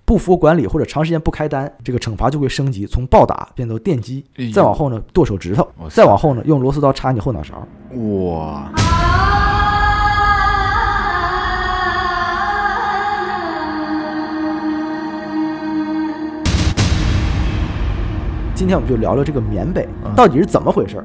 不服务管理或者长时间不开单，这个惩罚就会升级，从暴打变到电击，再往后呢剁手指头，再往后呢用螺丝刀插你后脑勺。 哇！ 今天我们就聊聊这个缅北到底是怎么回事。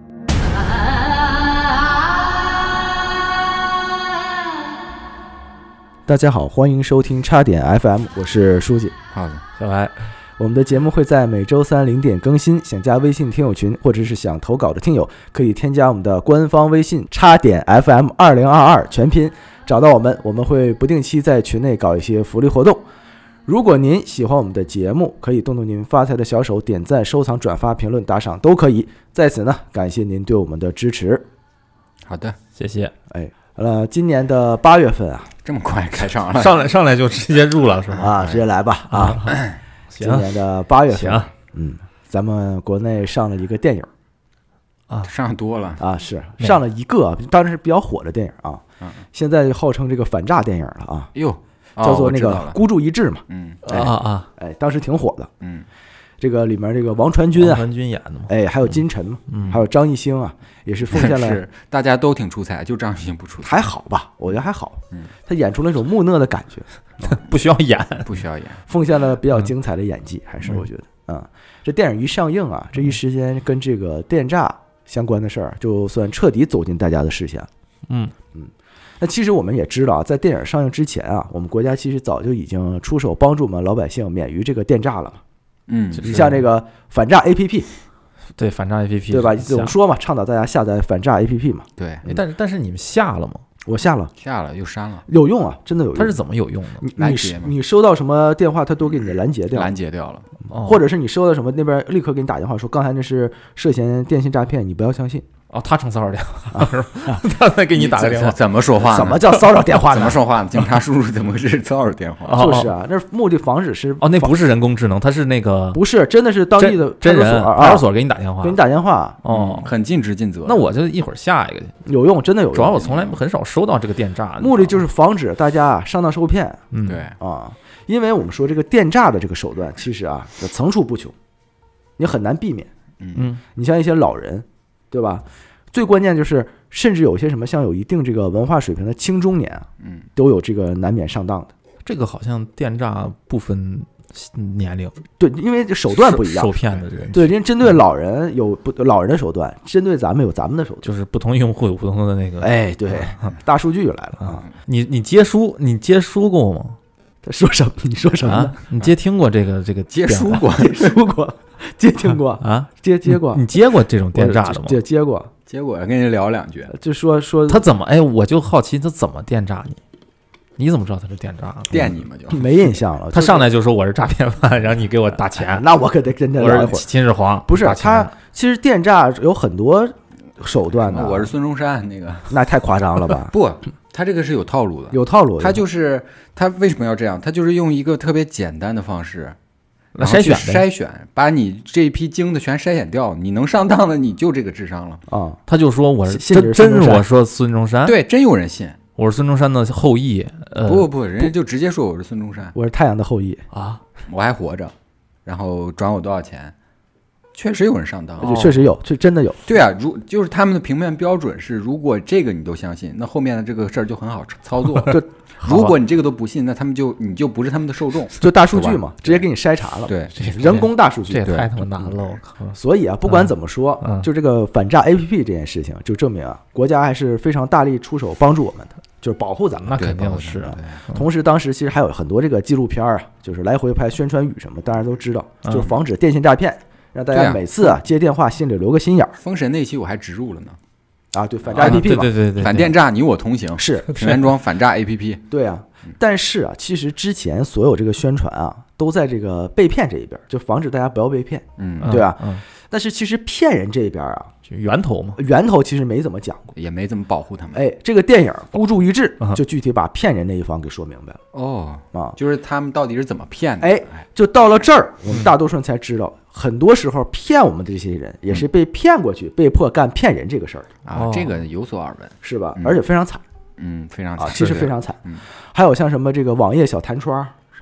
大家好，欢迎收听叉点 FM， 我是书记。 好的， 小白。 我们的节目会在每周三0点更新，想加微信听友群或者是想投稿的听友，可以添加我们的官方微信叉点 FM2022全拼，找到我们，我们会不定期在群内搞一些福利活动。如果您喜欢我们的节目，可以动动您发财的小手，点赞、收藏、转发、评论、打赏都可以。在此呢，感谢您对我们的支持。 好的， 谢谢。 今年的8月份啊， 这么快开场了， 上来就直接入了是吗？ 直接来吧啊！ 行， 今年的8月份， 行， 咱们国内上了一个电影啊，上多了啊，是上了一个，当然是比较火的电影啊。现在号称这个反诈电影了啊。 哟。 叫做那个孤注一掷嘛，当时挺火的，这个里面这个王传君演的嘛， 还有金晨嘛，还有张艺兴啊，也是奉献了， 是大家都挺出彩，就张艺兴不出彩， 还好吧，我觉得还好，他演出了一种木讷的感觉， 不需要演， 奉献了比较精彩的演技，还是我觉得，这电影一上映啊，这一时间跟这个电诈相关的事儿，就算彻底走进大家的视线，那其实我们也知道啊，在电影上映之前啊，我们国家其实早就已经出手帮助我们老百姓免于这个电诈了嘛。你像这个反诈 APP， 对，反诈 APP， 对吧？总说嘛，倡导大家下载反诈 APP 嘛。 对， 但是你们下了吗？ 我下了又删了， 有用啊，真的有用。 它是怎么有用的？ 你收到什么电话，它都给你拦截掉了，或者是你收到什么，那边立刻给你打电话说，刚才那是涉嫌电信诈骗，你不要相信。 他成骚扰电话是吧？他再给你打个电话， 怎么说话呢？ 什么叫骚扰电话呢？ 怎么说话呢？警察叔叔怎么是骚扰电话？ 就是啊，那目的防止是那不是人工智能，它是那个不是，真的是当地的真人派出所给你打电话， 很尽职尽责。 那我就一会儿下一个去， 有用，真的有用。 主要我从来很少收到这个电诈， 目的就是防止大家上当受骗。 对啊，因为我们说这个电诈的这个手段，其实啊层出不穷，你很难避免。你像一些老人，对吧？最关键就是，甚至有些什么像有一定这个文化水平的青中年啊，都有这个难免上当的。 这个好像电诈不分年龄， 对，因为手段不一样， 受骗的人对，因为针对老人有老人的手段，针对咱们有咱们的手段， 就是不同用户有不同的那个。 对，大数据就来了啊！ 你接书过吗？ 他说什么？你说什么呢？ 你接听过这个接书过？ 接听过啊？ 接过？ 你接过这种电诈的吗？ 接过。 结果跟你聊两句， 就说他怎么我就好奇他怎么电诈你？你怎么知道他是电诈？ 电你们就没印象了。 他上来就说我是诈骗犯，然后你给我打钱， 那我可得跟他聊一会儿。 秦始皇不是他，其实电诈有很多手段的。 我是孙中山那个， 那太夸张了吧？ 不，他这个是有套路的， 有套路。 他就是他为什么要这样？他就是用一个特别简单的方式。筛选，把你这一批精的全筛选掉，你能上当的你就这个智商了啊！ 他就说我是真我说孙中山， 对，真有人信我是孙中山的后裔。 不，人家就直接说我是孙中山， 我是太阳的后裔啊， 我还活着，然后转我多少钱？确实有人上当， 确实有，真的有。 对啊，就是他们的评判标准是，如果这个你都相信，那后面的这个事儿就很好操作。如果你这个都不信，那你就不是他们的受众， 就大数据嘛，直接给你筛查了。 对， 人工大数据， 这也太他妈难了。 所以啊，不管怎么说，就这个反诈 APP 这件事情，就证明啊，国家还是非常大力出手帮助我们的，就是保护咱们。 那肯定是啊。 同时，当时其实还有很多这个纪录片啊，就是来回拍宣传语什么，大家都知道，就是防止电信诈骗，让大家每次接电话心里留个心眼儿。 封神那期我还植入了呢。 对，反诈 APP 嘛， 对， 反电诈你我同行， 是平安庄反诈 APP。 对啊，但是啊，其实之前所有这个宣传啊，都在这个被骗这一边，就防止大家不要被骗，对吧？但是其实骗人这一边啊， 源头嘛， 源头其实没怎么讲过， 也没怎么保护他们。 这个电影孤注一掷就具体把骗人那一方给说明白了。就是他们到底是怎么骗的？ 就到了这儿，我们大多数人才知道，很多时候骗我们的这些人也是被骗过去，被迫干骗人这个事儿这个有所耳闻， 是吧？而且非常惨， 非常惨， 其实非常惨。还有像什么这个网页小弹窗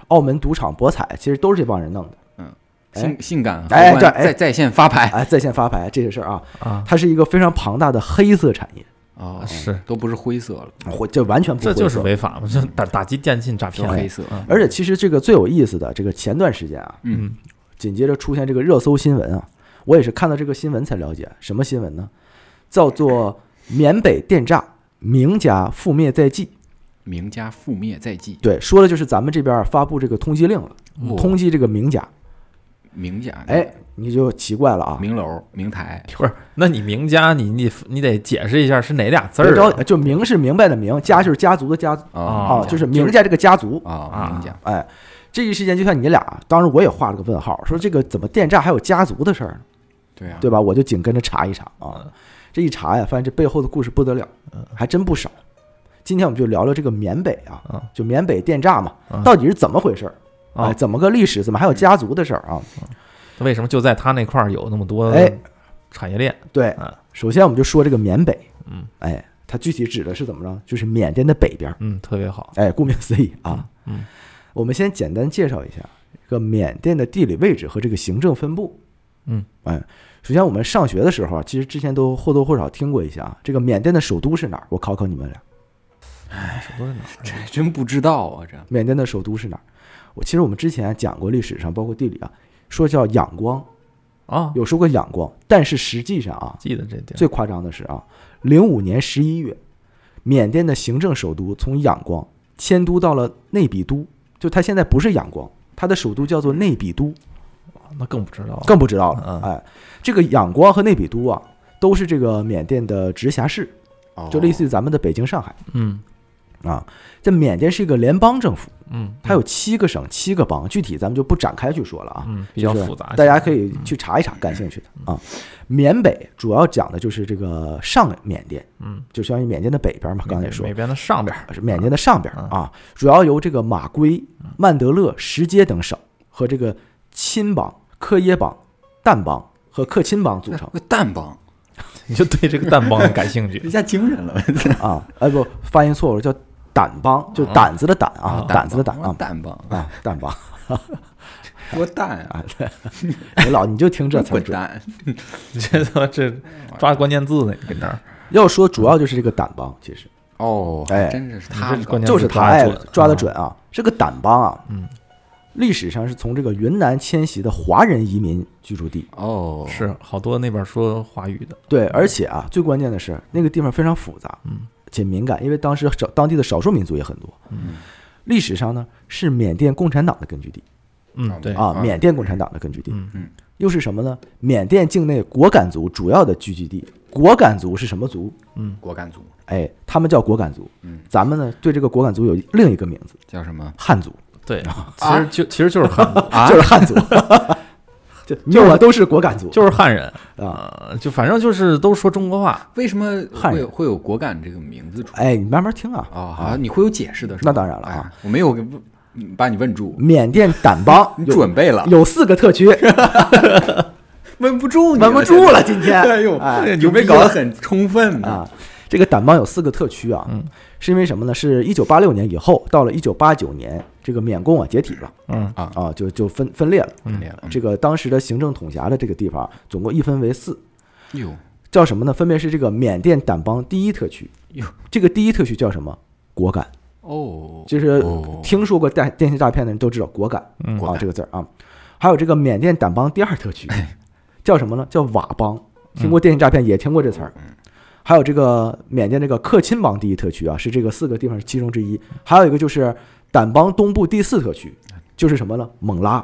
澳门赌场博彩，其实都是这帮人弄的。 性感，在线发牌， 在线发牌这些事儿啊，它是一个非常庞大的黑色产业是都不是灰色了， 这完全不灰色， 这就是违法嘛，就打击电信诈骗黑色。 而且其实这个最有意思的，这个前段时间啊，紧接着出现这个热搜新闻啊，我也是看到这个新闻才了解，什么新闻呢？叫做缅北电诈，名家覆灭在即。 名家覆灭在即， 对，说的就是咱们这边发布这个通缉令了，通缉这个名家。 名家， 你就奇怪了啊！ 名楼、名台， 不是？那你名家，你得解释一下是哪俩字儿？ 就名是明白的名，家就是家族的家就是名家这个家族名家。 这一事件就像你俩，当时我也画了个问号，说这个怎么电诈还有家族的事儿呢？ 对啊， 对吧？我就紧跟着查一查啊，这一查呀，发现这背后的故事不得了，还真不少。今天我们就聊聊这个缅北啊，就缅北电诈嘛，到底是怎么回事？怎么个历史？怎么还有家族的事儿啊？ 为什么就在他那块儿有那么多产业链？ 对，首先我们就说这个缅北，它具体指的是怎么着？就是缅甸的北边， 特别好， 顾名思义啊，我们先简单介绍一下这个缅甸的地理位置和这个行政分布，首先我们上学的时候啊，其实之前都或多或少听过一下啊，这个缅甸的首都是哪儿？我考考你们俩。 首都是哪儿？ 这真不知道啊！这缅甸的首都是哪儿？其实我们之前讲过历史上，包括地理啊，说叫仰光有说过仰光，但是实际上啊， 记得这点最夸张的是啊，05年11月，缅甸的行政首都从仰光迁都到了内比都，就它现在不是仰光，它的首都叫做内比都。 那更不知道了。这个仰光和内比都啊，都是这个缅甸的直辖市，就类似于咱们的北京、上海。这缅甸是一个联邦政府，它有7个省、7个邦，具体咱们就不展开去说了啊， 比较复杂， 大家可以去查一查，感兴趣的啊。缅北主要讲的就是这个上缅甸，就相当于缅甸的北边嘛，刚才说缅甸的上边是缅甸的上边啊，主要由这个马圭、曼德勒、什阶等省和这个钦邦、克耶邦、掸邦和克钦邦组成。 掸邦， 你就对这个掸邦感兴趣？ 人家惊人了啊！不，发音错误了，叫掸邦，就胆子的胆啊，胆子的胆啊， 掸邦啊，掸邦。 多蛋啊！ 你就听这词蛋， 这抓关键字呢，跟这儿要说主要就是这个掸邦，其实真是他就是他抓得准啊！这个掸邦啊，历史上是从这个云南迁徙的华人移民居住地是好多那边说华语的， 对，而且啊，最关键的是那个地方非常复杂，且敏感，因为当时当地的少数民族也很多，历史上呢是缅甸共产党的根据地， 对啊，缅甸共产党的根据地，又是什么呢？缅甸境内果敢族主要的聚集地。果敢族是什么族？ 果敢族， 他们叫果敢族，咱们呢对这个果敢族有另一个名字， 叫什么？ 汉族。 对，其实就是汉族， 就是汉族，就是都是果敢族， 就是汉人啊，就反正就是都说中国话。 为什么会有果敢这个名字出？ 你慢慢听啊。 好，你会有解释的是吧？ 那当然了啊， 我没有把你问住。 缅甸掸邦你准备了， 有4个特区， 问不住了，今天。 哎呦，准备搞得很充分啊。这个掸邦有4个特区啊，是因为什么呢？是1986年以后，到了1989年，这个缅共啊解体了，就分裂了，这个当时的行政统辖的这个地方，总共一分为4，叫什么呢？分别是这个缅甸掸邦第1特区，这个第1特区叫什么？果敢，就是听说过电信诈骗的人都知道果敢这个字啊。还有这个缅甸掸邦第2特区，叫什么呢？叫佤邦，听过电信诈骗也听过这词儿。还有这个缅甸这个克钦邦第1特区啊，是这个4个地方其中之一。还有一个就是掸邦东部第4特区，就是什么呢？勐拉。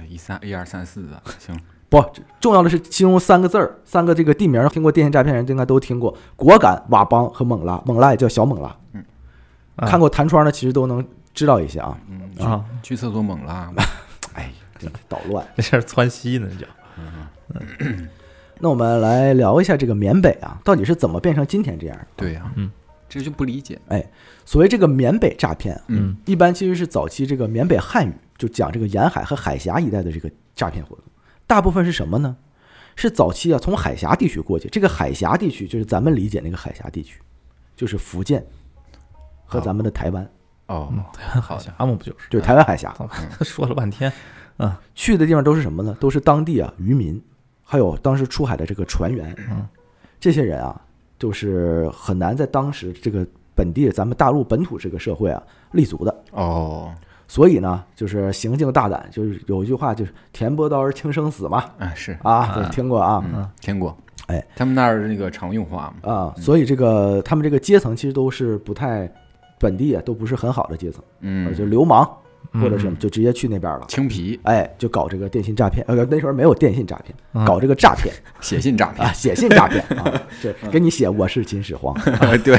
1、2、3、4的，行。 不，重要的是其中3个字儿，3个这个地名，听过电信诈骗人应该都听过：果敢、佤邦和勐拉。勐拉也叫小勐拉。看过弹窗的其实都能知道一些啊。 去厕所勐拉。 真的捣乱， 这是窜稀呢，叫。 那我们来聊一下这个缅北啊，到底是怎么变成今天这样的？ 对呀，这就不理解。 所谓这个缅北诈骗，一般其实是早期这个缅北汉语就讲这个沿海和海峡一带的这个诈骗活动，大部分是什么呢？是早期啊从海峡地区过去，这个海峡地区就是咱们理解那个海峡地区，就是福建和咱们的台湾哦， 好家伙，不就是台湾海峡。 说了半天， 去的地方都是什么呢？都是当地渔民，还有当时出海的这个船员。这些人啊，就是很难在当时这个本地咱们大陆本土这个社会啊立足的。 哦。 所以呢，就是行径大胆，就是有一句话，就是田伯刀而轻生死嘛。 是啊，对，听过啊， 听过。 哎， 他们那儿那个常用话嘛。 啊，所以这个他们这个阶层其实都是不太本地啊，都不是很好的阶层。就流氓或者是就直接去那边了， 青皮。 哎，就搞这个电信诈骗。那时候没有电信诈骗，搞这个诈骗， 写信诈骗啊，写信诈骗啊，就给你写我是秦始皇。 对，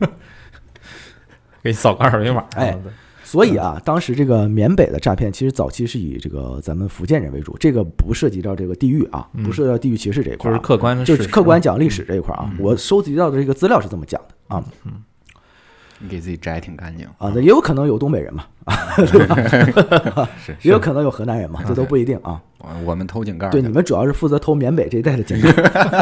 给你扫个二维码。 哎。所以啊，当时这个缅北的诈骗，其实早期是以这个咱们福建人为主，这个不涉及到这个地域啊，不涉及到地域歧视这一块， 就是客观， 就是客观讲历史这一块啊。我收集到的这个资料是这么讲的啊。 你给自己摘挺干净啊，那也有可能有东北人嘛，对吧？也有可能有河南人嘛，这都不一定啊。 我们偷井盖， 对，你们主要是负责偷缅北这一带的井盖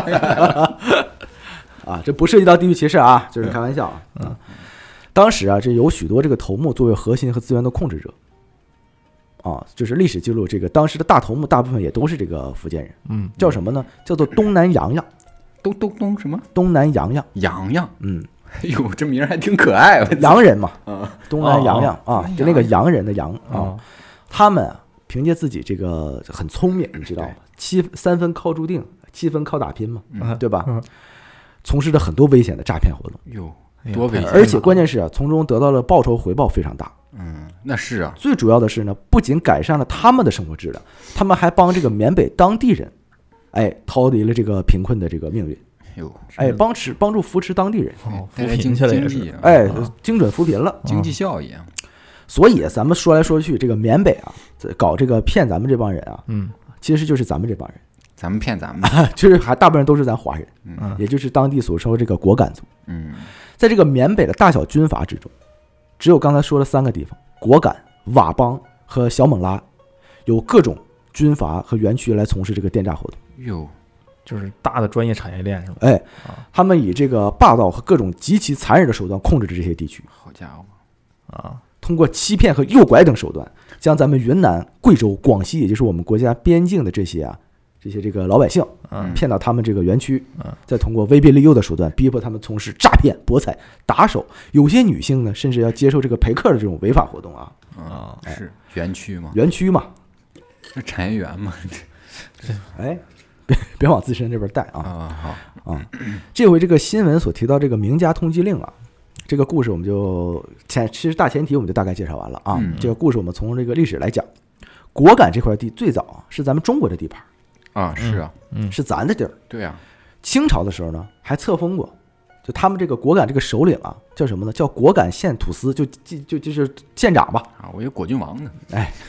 啊，这不涉及到地域歧视啊，就是开玩笑啊。当时啊，这有许多这个头目作为核心和资源的控制者，啊，就是历史记录这个当时的大头目大部分也都是这个福建人，叫什么呢？叫做东南洋洋， 东什么？ 东南洋洋， 洋洋，哎呦，这名儿还挺可爱， 洋人嘛，东南洋洋啊，就那个洋人的洋啊，他们啊，凭借自己这个很聪明，你知道吗？3分靠注定，7分靠打拼嘛，对吧？从事着很多危险的诈骗活动。 哟。多危险！ 而且关键是啊，从中得到了报酬回报非常大。 那是啊。 最主要的是呢，不仅改善了他们的生活质量，他们还帮这个缅北当地人，逃离了这个贫困的这个命运。帮助扶持当地人， 扶贫去了也是， 精准扶贫了， 经济效益。 所以咱们说来说去，这个缅北啊，搞这个骗咱们这帮人啊，其实就是咱们这帮人。 咱们骗咱们， 就是还大部分都是咱华人，也就是当地所说的这个果敢族。在这个缅北的大小军阀之中，只有刚才说的3个地方果敢、佤邦和小勐拉有各种军阀和园区来从事这个电诈活动。 哟， 就是大的专业产业链是吧？ 他们以这个霸道和各种极其残忍的手段控制着这些地区。 好家伙啊！ 通过欺骗和诱拐等手段，将咱们云南、贵州、广西，也就是我们国家边境的这些这个老百姓，骗到他们这个园区，再通过威逼利诱的手段逼迫他们从事诈骗、博彩、打手，有些女性呢，甚至要接受这个陪客的这种违法活动啊。 是园区吗？ 园区嘛， 是产业园嘛？ 别往自身这边带啊！ 好啊， 这回这个新闻所提到这个名家通缉令啊，这个故事我们就其实大前提我们就大概介绍完了啊。这个故事我们从这个历史来讲，果敢这块地最早是咱们中国的地盘。 是啊， 是咱的地儿。 对啊， 清朝的时候呢，还册封过，就他们这个果敢这个首领啊，叫什么呢？叫果敢县土司，就是县长吧。 我以为果郡王呢。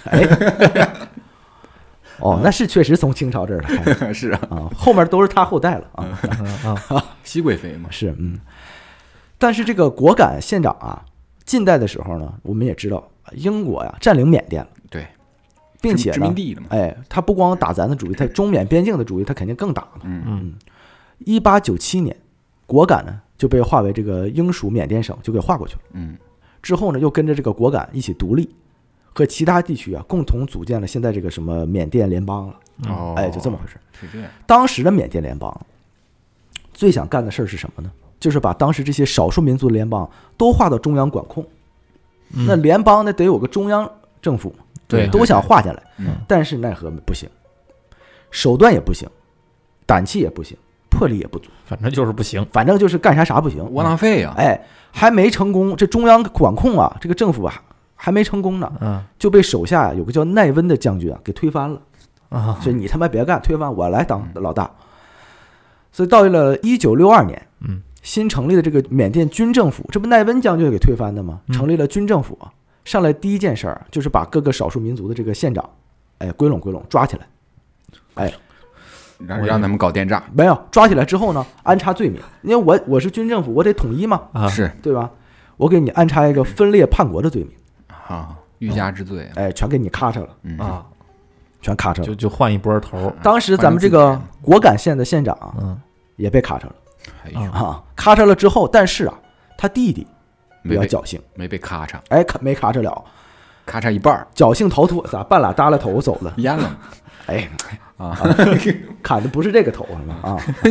那是确实从清朝这儿来。 是啊， 后面都是他后代了熹贵妃嘛。 是但是这个果敢县长啊，近代的时候呢，我们也知道英国呀占领缅甸了。 对。 并且殖民地的嘛， 他不光打咱的主意，他中缅边境的主意，他肯定更打嘛。1897年，果敢呢就被划为这个英属缅甸省，就给划过去了。之后呢，又跟着这个果敢一起独立，和其他地区啊共同组建了现在这个什么缅甸联邦了。就这么回事。 是这样。 当时的缅甸联邦最想干的事儿是什么呢？就是把当时这些少数民族联邦都划到中央管控。那联邦呢得有个中央政府。 对， 都想划下来，但是奈何不行，手段也不行，胆气也不行，魄力也不足， 反正就是不行， 反正就是干啥不行， 窝囊废啊！ 还没成功，这中央管控啊，这个政府还没成功呢，就被手下有个叫奈温的将军给推翻了所以你他妈别干，推翻我来当老大。所以到了1962年，新成立的这个缅甸军政府，这不奈温将军给推翻的吗？成立了军政府上来第一件事儿就是把各个少数民族的这个县长，归拢抓起来， 让他们搞电诈。 没有抓起来之后呢，安插罪名，因为我是军政府，我得统一嘛， 是对吧？我给你安插一个分裂叛国的罪名欲加之罪， 全给你咔嚓了全咔嚓了， 就换一波头。 当时咱们这个果敢县的县长也被咔嚓了，咔嚓了之后，但是他弟弟比较侥幸， 没被咔嚓， 哎，没咔嚓了， 咔嚓一半， 侥幸逃脱，咋半拉耷拉头走了？ 淹了， 哎啊， 砍的不是这个头是吗？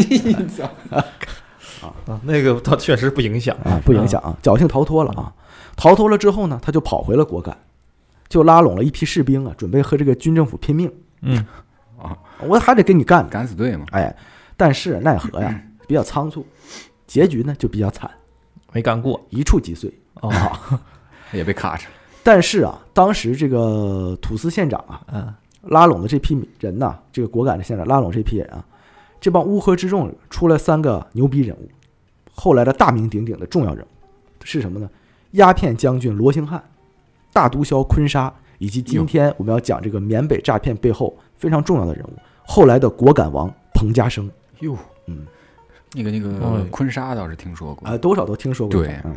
那个倒确实不影响啊，不影响啊，侥幸逃脱了啊。逃脱了之后呢，他就跑回了果敢，就拉拢了一批士兵啊，准备和这个军政府拼命。我还得跟你干， 敢死队嘛。 哎，但是奈何呀，比较仓促，结局呢就比较惨， 没干过， 一触即碎也被咔嚓。 但是啊，当时这个土司县长啊，拉拢的这批人呐，这个果敢的县长拉拢这批人啊，这帮乌合之众出来3个牛逼人物，后来的大名鼎鼎的重要人物是什么呢？鸦片将军罗兴汉、大毒枭坤沙，以及今天我们要讲这个缅北诈骗背后非常重要的人物，后来的果敢王彭家声。 那个坤沙倒是听说过啊，多少都听说过。 对，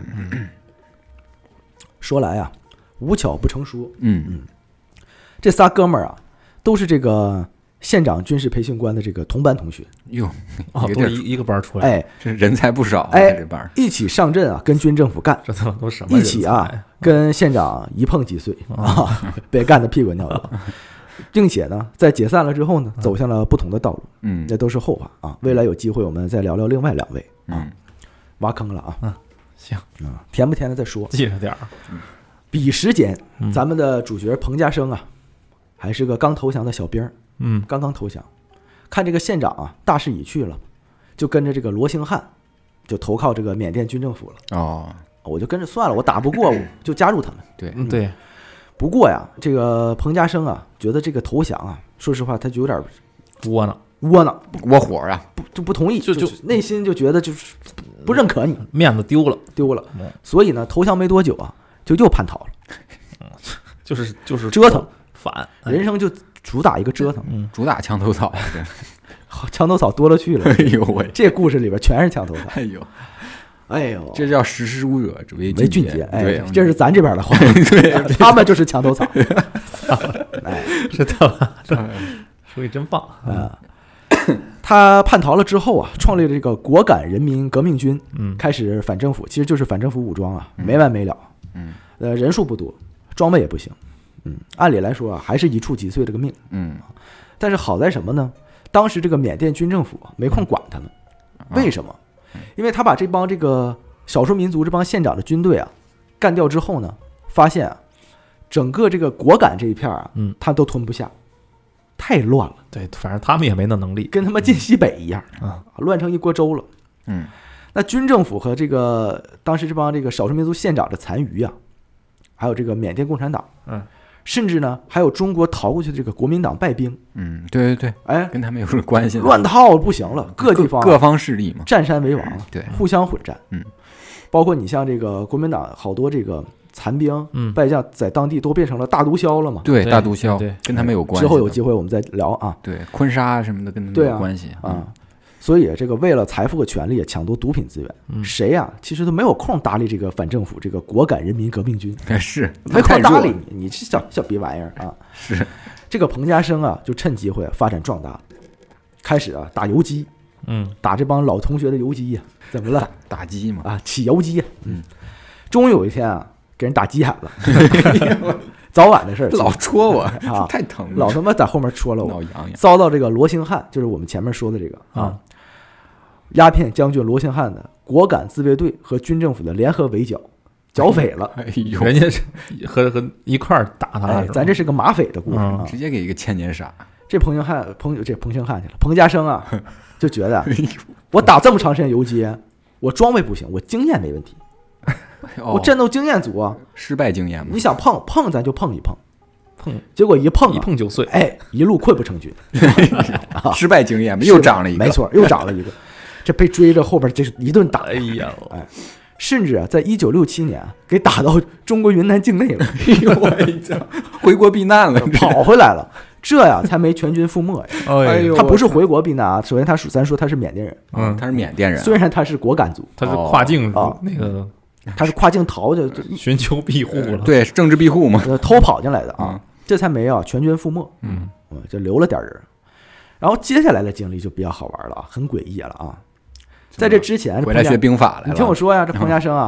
说来啊，无巧不成书。这仨哥们儿啊，都是这个县长军事培训官的这个同班同学。 都一个班出来， 哎， 这人才不少。 哎， 这班一起上阵啊，跟军政府干。 这都什么？ 一起啊，跟县长一碰即碎啊，被干得屁滚尿流。并且呢，在解散了之后呢，走向了不同的道路。这都是后话啊。未来有机会我们再聊聊另外2位啊。挖坑了啊。 行啊，甜不甜的再说， 记着点儿。 彼时间，咱们的主角彭家声啊，还是个刚投降的小兵儿。刚刚投降，看这个县长啊，大势已去了，就跟着这个罗兴汉，就投靠这个缅甸军政府了。我就跟着算了，我打不过，我就加入他们。 对。 不过呀，这个彭家声啊，觉得这个投降啊，说实话，他就有点窝囊，窝火啊， 不同意，就内心就觉得就是不认可你， 面子丢了。 所以呢，投降没多久啊，就又叛逃了。 就是折腾反， 人生就主打一个折腾， 主打墙头草。 墙头草多了去了。 哎呦喂， 这故事里边全是墙头草。哎呦， 这叫识时务者为俊杰。哎，这是咱这边的话。他们就是墙头草。 哎，是的，说的真棒啊！他叛逃了之后啊，创立了这个果敢人民革命军，开始反政府，其实就是反政府武装啊，没完没了。人数不多，装备也不行。按理来说啊，还是一触即碎这个命。但是好在什么呢？当时这个缅甸军政府没空管他们，为什么？因为他把这帮这个少数民族这帮县长的军队啊干掉之后呢，发现啊，整个这个果敢这一片啊，他都吞不下，太乱了。 对，反正他们也没那能力， 跟他们晋西北一样乱成一锅粥了。那军政府和这个当时这帮这个少数民族县长的残余啊，还有这个缅甸共产党，甚至呢还有中国逃过去的这个国民党败兵， 对， 哎， 跟他们有什么关系？ 乱套不行了，各地方各方势力嘛， 占山为王， 对， 互相混战。包括你像这个国民党好多这个残兵败将，在当地都变成了大毒枭了嘛。 对，大毒枭跟他们有关系。 之后有机会我们再聊啊。 对，坤沙什么的跟他们有关系啊。所以这个为了财富和权力抢夺毒品资源，谁呀其实都没有空搭理这个反政府这个果敢人民革命军， 是没空搭理你这小逼玩意儿啊！ 是这个彭家声啊，就趁机会发展壮大，开始啊打游击，打这帮老同学的游击呀，怎么了？ 打鸡嘛啊，起游击呀，终于有一天啊，给人打急眼了。早晚的事儿， 老戳我啊，太疼了， 老他妈在后面戳了我， 挠痒痒。 遭到这个罗兴汉，就是我们前面说的这个鸦片将军罗兴汉的果敢自卫队和军政府的联合围剿，剿匪了。 人家是和一块儿打他， 咱这是个马匪的故事啊， 直接给一个千年杀。 这彭兴汉去了，彭家声啊，就觉得我打这么长时间游击，我装备不行，我经验没问题。我战斗经验足啊， 失败经验嘛。 你想碰咱就碰一碰，结果一碰就碎， 哎，一路溃不成军。 失败经验又长了一个， 没错，又长了一个。这被追着后边就是一顿打， 哎呀， 甚至啊，在1967年啊，给打到中国云南境内了。 哎呦我回国避难了， 跑回来了，这呀才没全军覆没呀。 哎呦， 他不是回国避难啊，首先咱说他是缅甸人， 他是缅甸人， 虽然他是果敢族， 他是跨境那个。 他是跨境逃的， 寻求庇护了， 对，政治庇护嘛， 偷跑进来的啊，这才没有全军覆没，就留了点人。然后接下来的经历就比较好玩了啊，很诡异了啊。在这之前， 回来学兵法来了。 你听我说呀，这彭家声啊，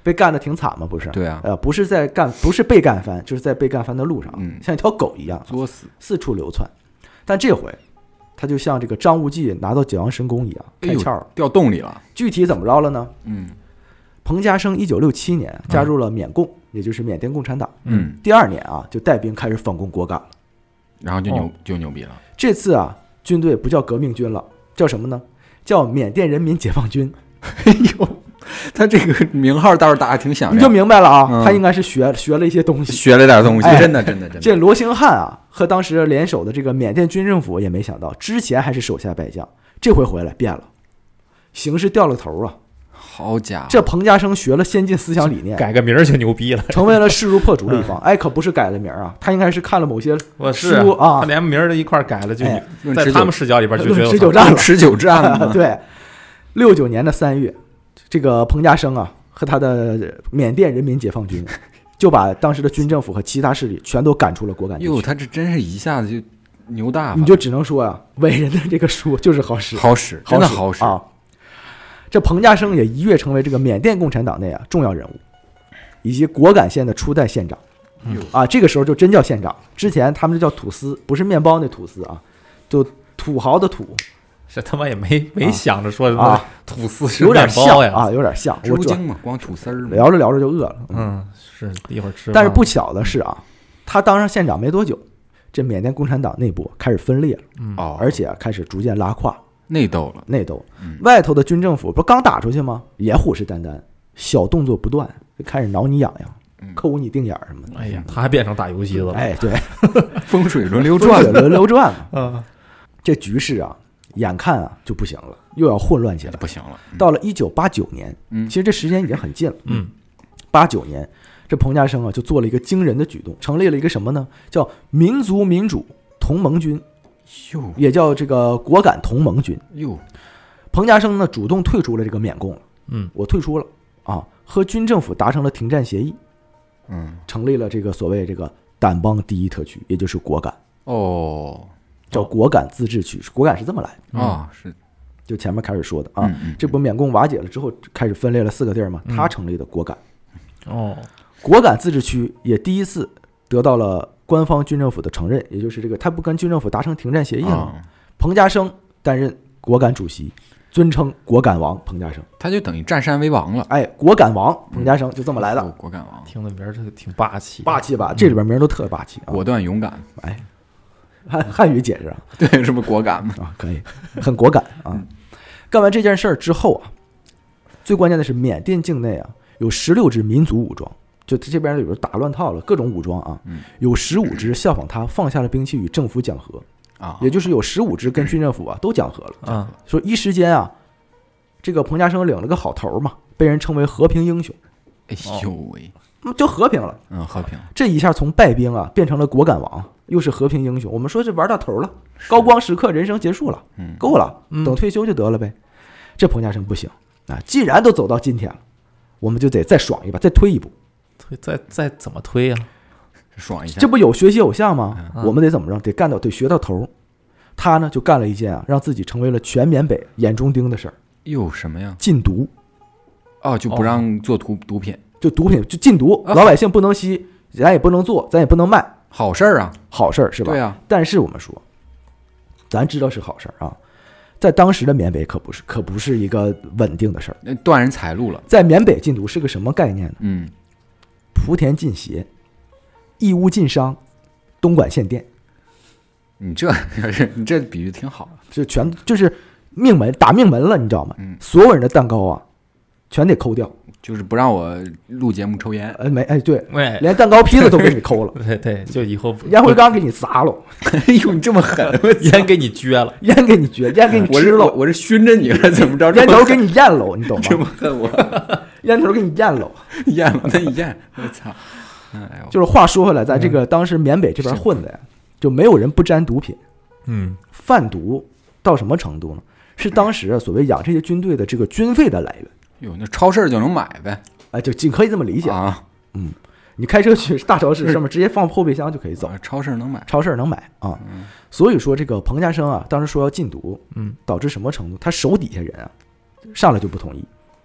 被干得挺惨嘛，不是？ 对啊， 不是被干翻，就是在被干翻的路上，像一条狗一样作死， 四处流窜。但这回他就像这个张无忌拿到九阳神功一样，开窍了， 掉洞里了。 具体怎么着了呢？彭家声1967年加入了缅共，也就是缅甸共产党。第2年啊，就带兵开始反攻果敢了， 然后就牛逼了。 这次啊，军队不叫革命军了，叫什么呢？叫缅甸人民解放军。 哎呦，他这个名号倒是打得挺响亮， 你就明白了啊，他应该是学了一些东西， 学了点东西，真的。 这罗兴汉啊，和当时联手的这个缅甸军政府也没想到，之前还是手下败将，这回回来变了，形势掉了头啊。 好家伙， 这彭家声学了先进思想理念， 改个名就牛逼了， 成为了势如破竹的一方。可不是改了名啊，他应该是看了某些书啊， 他连名儿一块改了，就在他们视角里边就觉得持久战了， 持久战。 对，69年的3月，这个彭家声啊和他的缅甸人民解放军就把当时的军政府和其他势力全都赶出了果敢地区。 他这真是一下子就牛大发， 你就只能说啊，伟人的这个书就是好使， 真的好使啊。这彭家声也一跃成为这个缅甸共产党内重要人物，以及果敢县的初代县长。这个时候就真叫县长，之前他们就叫土司，不是面包那土司啊，就土豪的土。 这他妈也没想着说什么吐司是有点像啊， 有点像植物精嘛，光吐丝儿。 聊着聊着就饿了， 是一会儿吃。 但是不巧的是啊，他当上县长没多久，这缅甸共产党内部开始分裂了，而且开始逐渐拉胯。 内斗， 外头的军政府不刚打出去吗？也虎视眈眈，小动作不断，就开始挠你痒痒，抠你腚眼什么的。 哎呀，他还变成打游戏了。 对， 风水轮流转嘛。这局势啊，眼看啊就不行了，又要混乱起来， 不行了。 到了1989年，其实这时间已经很近了。89年，这彭家声啊就做了一个惊人的举动，成立了一个什么呢？叫民族民主同盟军。也叫这个果敢同盟军。彭家声呢主动退出了这个缅共了。我退出了啊，和军政府达成了停战协议。成立了这个所谓这个掸邦第一特区，也就是果敢。叫果敢自治区，果敢是这么来的是， 就前面开始说的啊。这不缅共瓦解了之后，开始分裂了4个地儿嘛，他成立的果敢。果敢自治区也第一次得到了官方军政府的承认，也就是这个他不跟军政府达成停战协议了。彭家声担任果敢主席，尊称果敢王彭家声， 他就等于占山为王了。 果敢王彭家声就这么来的。 果敢王听的名儿挺霸气吧？这里边名都特霸气， 果断勇敢。 汉语解释啊， 对，是不是果敢嘛？ 可以，很果敢啊。干完这件事儿之后啊，最关键的是缅甸境内啊有16支民族武装。就这边有打乱套了，各种武装啊，有15支效仿他放下了兵器与政府讲和也就是有15支跟军政府都讲和了说一时间啊，这个彭家声领了个好头嘛，被人称为和平英雄。就和平了， 和平。 这一下从败兵啊变成了果敢王，又是和平英雄。我们说这玩到头了，高光时刻，人生结束了，够了，等退休就得了呗。这彭家声不行啊，既然都走到今天了，我们就得再爽一把，再推一步。 再怎么推呀？ 爽一下， 这不有学习有效吗？我们得怎么着？得学到头。他呢就干了一件让自己成为了全缅北眼中钉的事儿。 什么呀？ 禁毒。 就不让做毒品， 就毒品就禁毒，老百姓不能吸，咱也不能做，咱也不能卖。 好事儿啊， 好事儿是吧？ 对啊。 但是我们说，咱知道是好事儿啊，在当时的缅北可不是一个稳定的事儿， 断人财路了。 在缅北禁毒是个什么概念呢？ 莆田禁鞋，义乌禁商，东莞限电。 你这比喻挺好， 就是命门打命门了，你知道吗？所有人的蛋糕啊，全得抠掉， 就是不让我录节目抽烟。 对，连蛋糕坯子都给你抠了。 对，就以后烟灰缸给你砸了。 你这么狠， 烟给你撅了， 烟给你吃了。 我是熏着你了，怎么着？ 烟头给你咽了，你懂吗？ 这么恨我， 烟头给你咽了， 那你咽，我操！ 就是话说回来，在这个当时缅北这边混的呀，就没有人不沾毒品。贩毒到什么程度呢？是当时所谓养这些军队的这个军费的来源。 那超市就能买呗？ 就仅可以这么理解啊。你开车去大超市上面直接放后备箱就可以走。 超市能买啊。所以说这个彭家声啊，当时说要禁毒，导致什么程度？他手底下人啊，上来就不同意，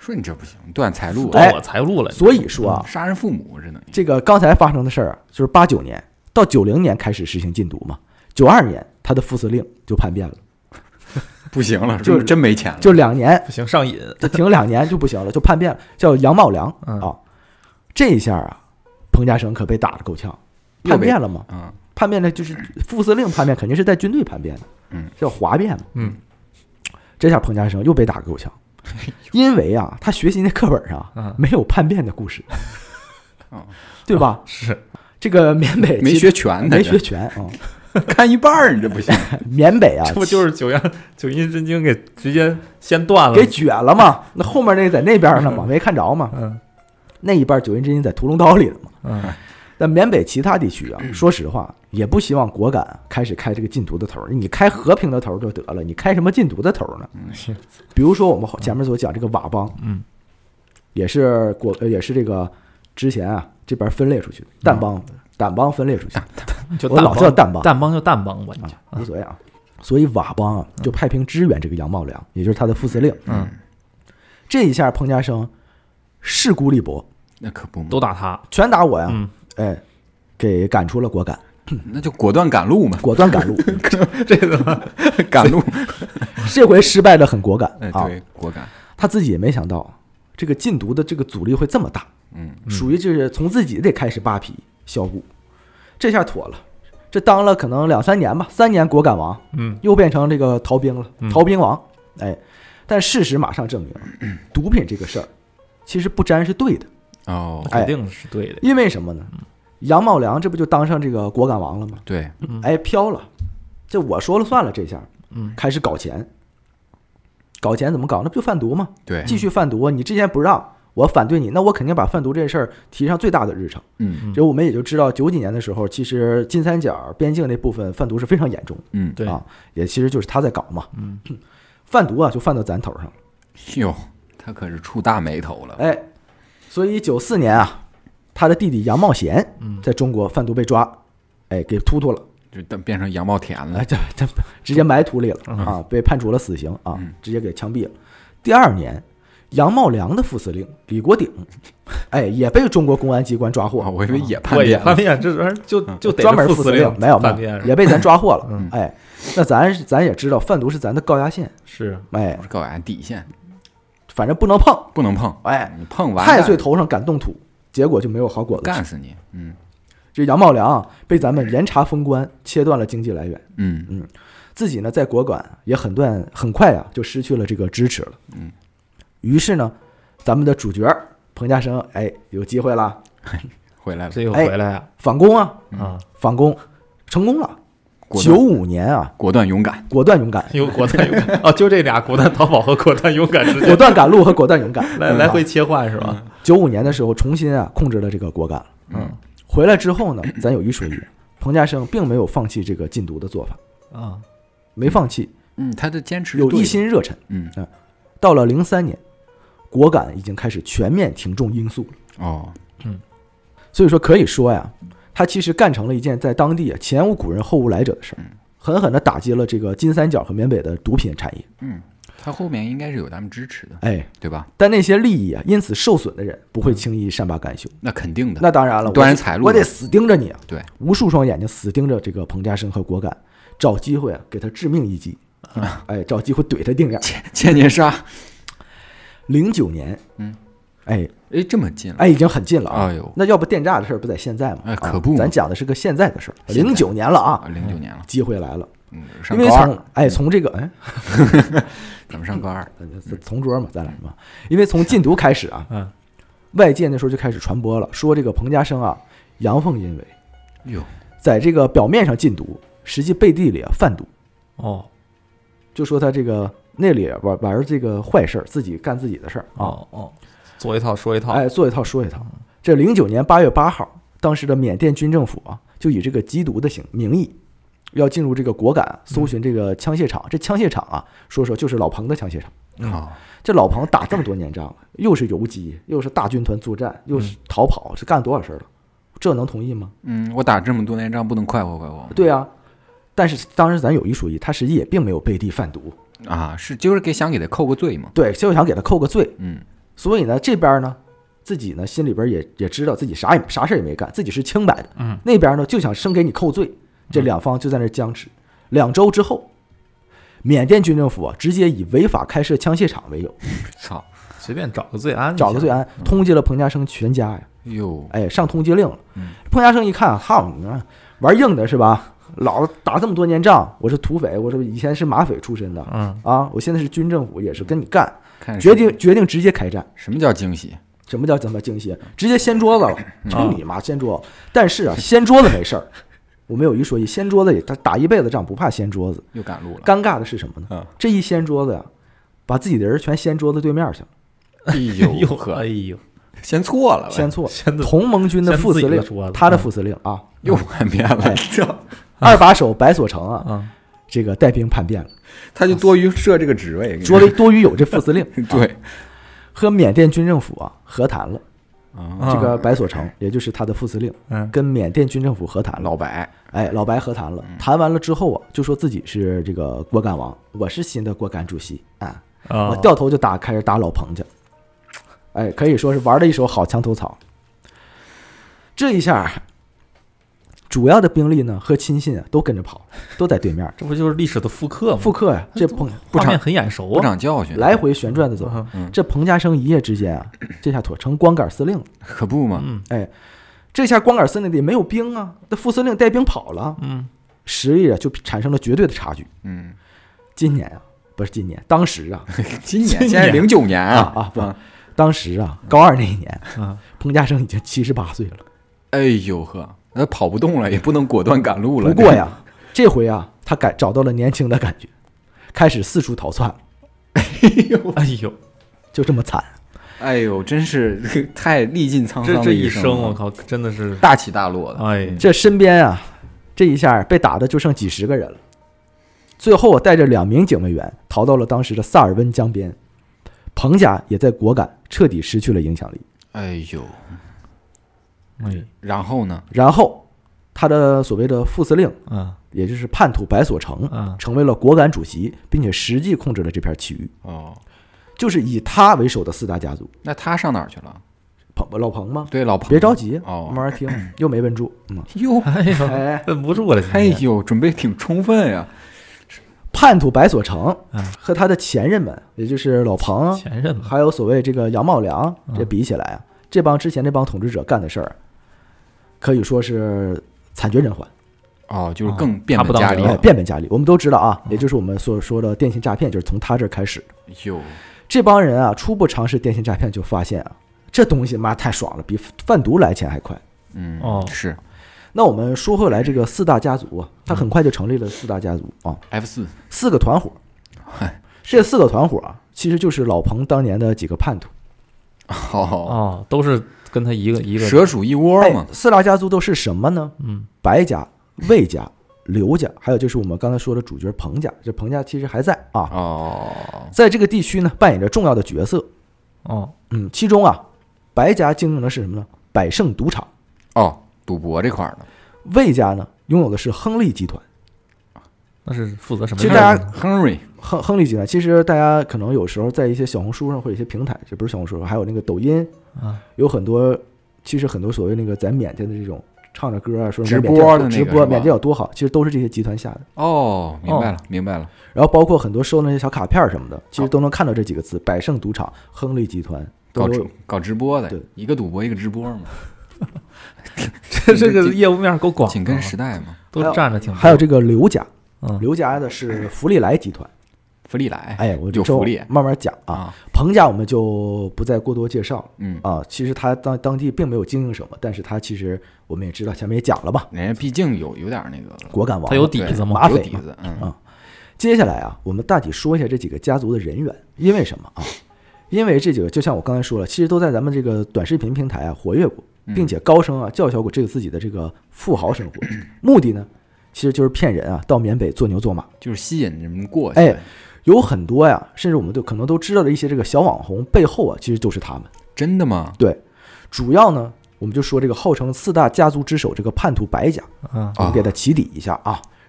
说你这不行，断财路， 断我财路了。 所以说啊， 杀人父母这能这个刚才发生的事儿就是89年到90年开始实行禁毒嘛，92年他的副司令就叛变了， 不行了， 就真没钱了， 就2年不行，上瘾， 就停2年就不行了，就叛变了，叫杨茂良啊。这一下啊，彭家声可被打得够呛，叛变了嘛，叛变的就是副司令叛变，肯定是在军队叛变的，叫哗变嘛，这下彭家声又被打得够呛，因为啊，他学习那课本上没有叛变的故事，对吧？ 是这个缅北没学全， 没学全啊。 看一半儿，你这不行。 缅北啊， 这不就是九阴真经给直接先断了， 给撅了嘛？那后面那在那边呢嘛，没看着嘛。那一半九阴真经在屠龙刀里了嘛。但缅北其他地区啊，说实话也不希望果敢开始开这个禁毒的头，你开和平的头就得了，你开什么禁毒的头呢？比如说我们前面所讲这个佤邦，也是这个之前啊这边分裂出去的，掸邦分裂出去，我老叫掸邦， 掸邦就掸邦吧， 无所谓啊。所以佤邦啊就派兵支援这个杨茂良，也就是他的副司令。这一下彭家声势孤力薄， 那可不， 都打他， 全打我呀！给赶出了果敢， 那就果断赶路嘛， 果断赶路， 这个赶路， 这回失败的很果敢啊！ 对，果敢， 他自己也没想到这个禁毒的这个阻力会这么大，属于就是从自己得开始扒皮削骨，这下妥了，这当了可能2-3年吧，3年果敢王，又变成这个逃兵了，逃兵王，但事实马上证明，毒品这个事儿其实不沾是对的哦， 肯定是对的， 因为什么呢？杨茂良这不就当上这个果敢王了吗？ 对， 飘了，这我说了算了，这下，开始搞钱，搞钱怎么搞？那不就贩毒吗？ 对， 继续贩毒，你之前不让我反对你，那我肯定把贩毒这事儿提上最大的日程。这我们也就知道90几年的时候，其实金三角边境那部分贩毒是非常严重， 对啊，也其实就是他在搞嘛，贩毒啊就贩到咱头上了。 哟，他可是触大眉头了， 所以94年啊。他的弟弟杨茂贤在中国贩毒被抓，给突突了， 就变成杨茂田了， 这直接埋土里了啊，被判处了死刑啊，直接给枪毙了。第2年，杨茂良的副司令李国鼎，也被中国公安机关抓获。 我以为也叛变， 这玩意儿就专门副司令没有，也被咱抓获了。那咱也知道，贩毒是咱的高压线， 是是高压底线， 反正不能碰， 不能碰，你碰完太岁头上敢动土。结果就没有好果子， 干死你！ 这杨茂良被咱们严查封关，切断了经济来源。自己呢在果敢也很快啊就失去了这个支持了。于是呢，咱们的主角彭家声有机会了， 回来了， 这又回来呀， 反攻啊，反攻成功了。95年啊， 果断勇敢， 有果断勇敢哦，就这俩果断逃跑和果断勇敢之间， 果断赶路和果断勇敢来回切换是吧 ？95年的时候重新啊控制了这个果敢，回来之后呢，咱有一说一，彭家声并没有放弃这个禁毒的做法啊，没放弃， 他的坚持有一心热忱，到了03年，果敢已经开始全面停种罂粟了，所以说可以说呀。他其实干成了一件在当地前无古人后无来者的事儿，狠狠地打击了这个金三角和缅北的毒品产业。 他后面应该是有咱们支持的，对吧？ 但那些利益啊因此受损的人不会轻易善罢甘休， 那肯定的， 那当然了， 断人财路， 我得死盯着你啊！ 对， 无数双眼睛死盯着这个彭家声和果敢，找机会啊给他致命一击，找机会怼他定眼， 千年杀。 09年， 这么近了，已经很近了啊！ 呦， 那要不电诈的事儿不在现在吗？ 可不， 咱讲的是个现在的事儿。09年了啊 ，09年了， 机会来了。 因为从这个咱们上高2， 同桌嘛，咱俩嘛。因为从禁毒开始啊，外界那时候就开始传播了，说这个彭家声啊阳奉阴违，在这个表面上禁毒，实际背地里啊贩毒。就说他这个那里玩这个坏事，自己干自己的事儿啊。 做一套说一套， 做一套说一套。这09年8月8号，当时的缅甸军政府啊，就以这个缉毒的名义，要进入这个果敢搜寻这个枪械厂。这枪械厂啊，说就是老彭的枪械厂。这老彭打这么多年仗了，又是游击，又是大军团作战，又是逃跑，是干多少事了？这能同意吗？ 我打这么多年仗，不能快活快活。 对啊，但是当时咱有一说一，他实际也并没有背地贩毒就是想给他扣个罪嘛。 对，就想给他扣个罪。 所以呢，这边呢自己呢心里边也知道自己啥事也没干，自己是清白的。那边呢就想生给你扣罪，这两方就在那僵持。2周之后，缅甸军政府直接以违法开设枪械厂为由， 操， 随便找个罪案， 通缉了彭家声全家呀。上通缉令了。彭家声一看，好，你玩硬的是吧？老子打这么多年仗，我是土匪，我是以前是马匪出身的，我现在是军政府，也是跟你干，决定直接开战。 什么叫惊喜？ 什么叫怎么惊喜？直接掀桌子了，就你妈掀桌子！但是掀桌子没事儿，我们有一说一，掀桌子也他打一辈子仗不怕掀桌子， 又赶路了。 尴尬的是什么呢？这一掀桌子呀，把自己的人全掀桌子对面去了。 哎呦，掀错了， 同盟军的副司令，他的副司令啊， 又叛变了。 2把手白所成啊，这个带兵叛变了， 他就多余设这个职位， 多余有这副司令。 对， 和缅甸军政府和谈了。这个白所成，也就是他的副司令，跟缅甸军政府和谈。 老白和谈了。谈完了之后就说自己是这个果敢王，我是新的果敢主席啊。我掉头就开始打老彭家。可以说是玩了一手好墙头草。这一下，主要的兵力呢和亲信都跟着跑，都在对面。 这不就是历史的复刻吗？ 复刻呀，这画面很眼熟， 不长教训， 来回旋转的走。这彭家声一夜之间这下成光杆司令了， 可不嘛。 这下光杆司令里没有兵啊，那副司令带兵跑了，实力就产生了绝对的差距。当时今年现在09年当时高2那一年，彭家声已经78岁了。 哎呦呵，他跑不动了，也不能果断赶路了。 不过这回他找到了年轻的感觉，开始四处逃窜了。 哎呦， 就这么惨。 哎呦，真是太历尽沧桑的一生，我靠，真的是大起大落的。 这身边这一下被打的就剩几十个人了。最后带着2名警卫员逃到了当时的萨尔温江边。彭家也在果敢彻底失去了影响力。 然后呢？ 然后他的所谓的副司令，也就是叛徒白所成，成为了果敢主席，并且实际控制了这片区域。就是以他为首的4大家族。 那他上哪儿去了？ 老彭吗？ 对，老彭。 别着急，慢慢听。又没问住。 问不住了。 准备挺充分呀。 叛徒白所成和他的前任们，也就是老彭还有所谓这个杨茂良，这比起来之前这帮统治者干的事儿，可以说是惨绝人寰。 就是更变本加厉。 变本加厉。我们都知道也就是我们所说的电信诈骗，就是从他这儿开始。这帮人初步尝试电信诈骗，就发现这东西妈太爽了，比贩毒来钱还快。 是。 那我们说回来，这个4大家族他很快就成立了4大家族 F4 个团伙。这4个团伙其实就是老彭当年的几个叛徒。 都是跟他一个蛇鼠一窝嘛。 4大家族都是什么呢？白家、魏家、刘家，还有就是我们刚才说的主角彭家。这彭家其实还在在这个地区呢扮演着重要的角色。其中白家经营的是什么呢？百胜赌场。 赌博这块的。 魏家呢拥有的是亨利集团。 那是负责什么？ 其实大家亨利集团，其实大家可能有时候在一些小红书上或者一些平台，这不是小红书，还有那个抖音有很多，其实很多所谓那个在缅甸的这种唱着歌说直播的直播缅甸有多好，其实都是这些集团下的。 明白了。 然后包括很多收那些小卡片什么的，其实都能看到这几个字：百胜赌场、亨利集团。 搞直播的， 对， 一个赌博一个直播嘛。 这个业务面够广， 紧跟时代嘛， 都站着挺。 还有这个刘家，刘家的是福利来集团。 福利来， 我就慢慢讲彭家我们就不再过多介绍了。其实他当地并没有经营什么，但是他其实我们也知道，前面也讲了吧， 人家毕竟有点那个果敢王， 他有底子嘛， 马匪接下来我们大体说一下这几个家族的人员，因为什么因为这几个就像我刚才说了，其实都在咱们这个短视频平台活跃过，并且高声叫嚣过这个自己的这个富豪生活。目的呢，其实就是骗人到缅北做牛做马， 就是吸引人过去。 有很多甚至我们可能都知道的一些这个小网红背后其实就是他们。 真的吗？ 对，主要呢，我们就说这个号称4大家族之首这个叛徒白家，我们给他起底一下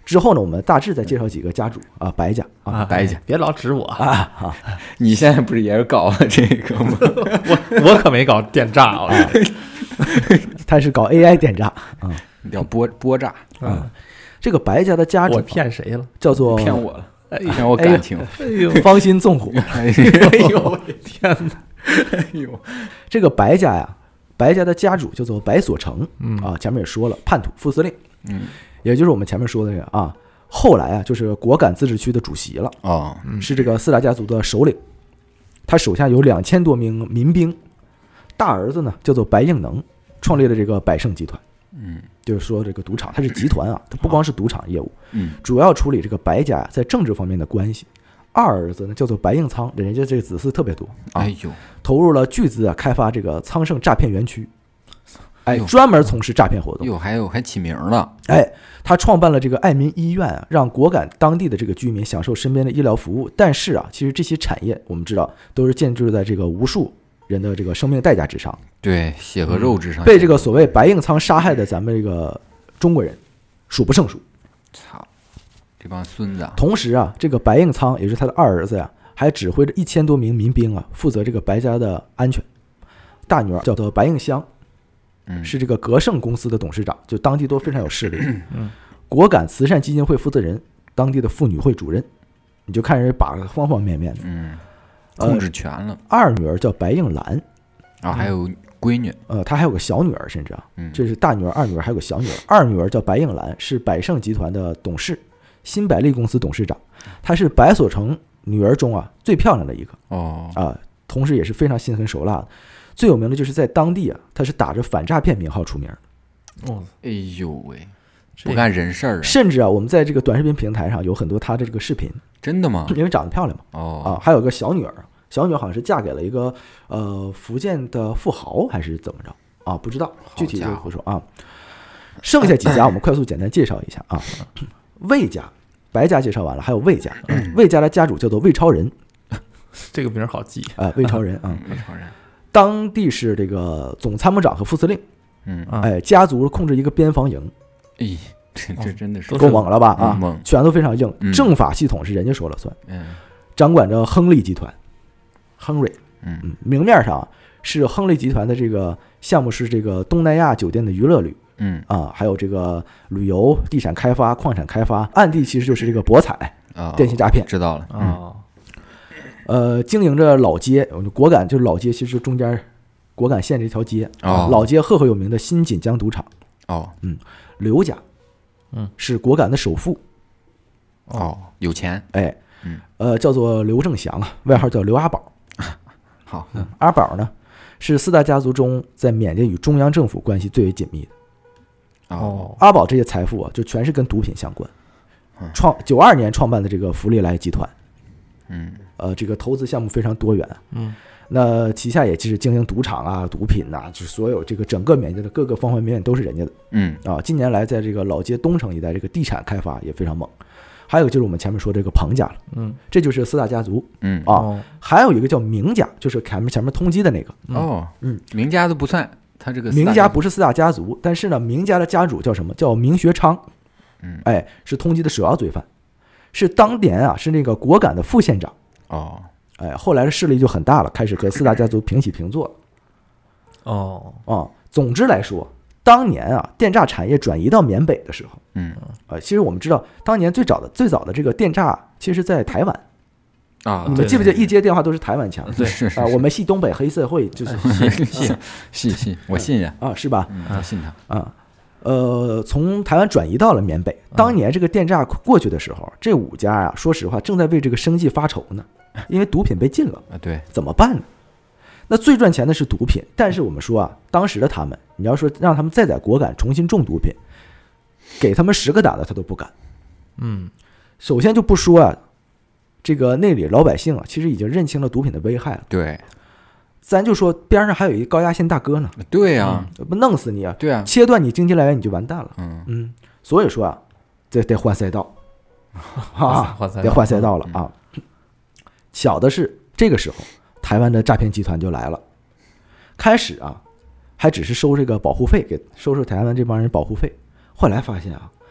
之后呢，我们大致再介绍几个家主啊，白家啊， 白家， 别老指我啊啊！ 你现在不是也是搞了这个吗？ 我可没搞电诈啊， 他是搞 AI 电诈啊， 叫波诈啊。这个白家的家主， 我骗谁了？ 叫做骗我了，骗我感情， 哎呦， 芳心纵虎。 哎呦，我的天哪！ 哎呦， 这个白家呀，白家的家主叫做白所成，啊，前面也说了，叛徒副司令，也就是我们前面说的这个啊，后来啊，就是果敢自治区的主席了啊， 是这个四大家族的首领，他手下有2000多名民兵，大儿子呢叫做白应能，创立了这个百盛集团，就是说这个赌场，它是集团啊，它不光是赌场业务，主要处理这个白家在政治方面的关系。二儿子呢叫做白应仓，人家这个子嗣特别多啊， 哎呦， 投入了巨资啊，开发这个昌盛诈骗园区，哎，专门从事诈骗活动。 还起名了， 哎，他创办了这个爱民医院啊，让果敢当地的这个居民享受身边的医疗服务。但是啊，其实这些产业我们知道都是建筑在这个无数人的这个生命代价之上， 对，血和肉之上， 被这个所谓白应仓杀害的咱们这个中国人数不胜数。 操！这帮孙子啊！ 同时啊，这个白应仓也是他的二儿子呀，还指挥着1000多名民兵啊，负责这个白家的安全。大女儿叫做白应香，是这个格盛公司的董事长，就当地都非常有势力。果敢慈善基金会负责人，当地的妇女会主任，你就看人把个方方面面的， 控制全了。 二女儿叫白应兰啊，还有闺女， 她还有个小女儿，甚至啊，这是大女儿、二女儿还有个小女儿。二女儿叫白应兰，是百盛集团的董事。新百利公司董事长，她是白所成女儿中啊最漂亮的一个同时也是非常心狠手辣的。最有名的就是在当地啊，她是打着反诈骗名号出名的。 哎呦喂，不干人事儿啊！ 甚至啊，我们在这个短视频平台上有很多她的这个视频。 真的吗？ 因为长得漂亮嘛。还有个小女儿，小女儿好像是嫁给了一个福建的富豪还是怎么着啊？不知道具体就不说啊。剩下几家我们快速简单介绍一下啊。魏家。白家介绍完了，还有魏家。魏家的家主叫做魏超人， 这个名好记啊，魏超人啊， 魏超人， 当地是这个总参谋长和副司令。家族控制一个边防营。 这真的是够猛了吧？啊， 猛， 全都非常硬，政法系统是人家说了算。掌管着亨利集团，亨瑞。明面上是亨利集团的这个项目是这个东南亚酒店的娱乐旅。还有这个旅游、地产开发、矿产开发，暗地其实就是这个博彩、电信诈骗。 知道了。经营着老街，果敢就是老街，其实中间果敢县这条街，老街赫赫有名的新锦江赌场。刘家，是果敢的首富。 有钱。 叫做刘正祥啊，外号叫刘阿宝。 好， 阿宝呢是四大家族中在缅甸与中央政府关系最为紧密的。阿宝这些财富啊，就全是跟毒品相关。92年创办的这个福利来集团，这个投资项目非常多元。那旗下也就是经营赌场啊、毒品呐，就是所有这个整个缅甸的各个方方面面都是人家的。近年来在这个老街东城一带，这个地产开发也非常猛。还有就是我们前面说这个彭家了，这就是四大家族。还有一个叫明家，就是前面通缉的那个。 明家都不算。他这个明家不是四大家族，但是呢，明家的家主叫什么？叫明学昌。是通缉的首要罪犯，是当年啊是那个果敢的副县长。后来的势力就很大了，开始和四大家族平起平坐了。总之来说，当年啊电诈产业转移到缅北的时候，其实我们知道，当年最早的这个电诈其实在台湾。你们记不记得一接电话都是台湾腔？ 对，是我们系东北黑社会，就是信，我信任啊，是吧？ 我信他啊。从台湾转移到了缅北。当年这个电诈过去的时候，这5家啊，说实话正在为这个生计发愁呢，因为毒品被禁了。 对， 怎么办呢？那最赚钱的是毒品，但是我们说啊，当时的他们，你要说让他们再在果敢重新种毒品，给他们10个胆子他都不敢。首先就不说啊。这个内里老百姓啊，其实已经认清了毒品的危害了。 对， 咱就说边上还有一个高压线大哥呢。 对呀， 不弄死你啊！ 对啊， 切断你经济来源你就完蛋了。所以说啊，这得换赛道得换赛道了啊。巧的是，这个时候台湾的诈骗集团就来了。开始啊，还只是收这个保护费，给收台湾这帮人保护费。后来发现啊，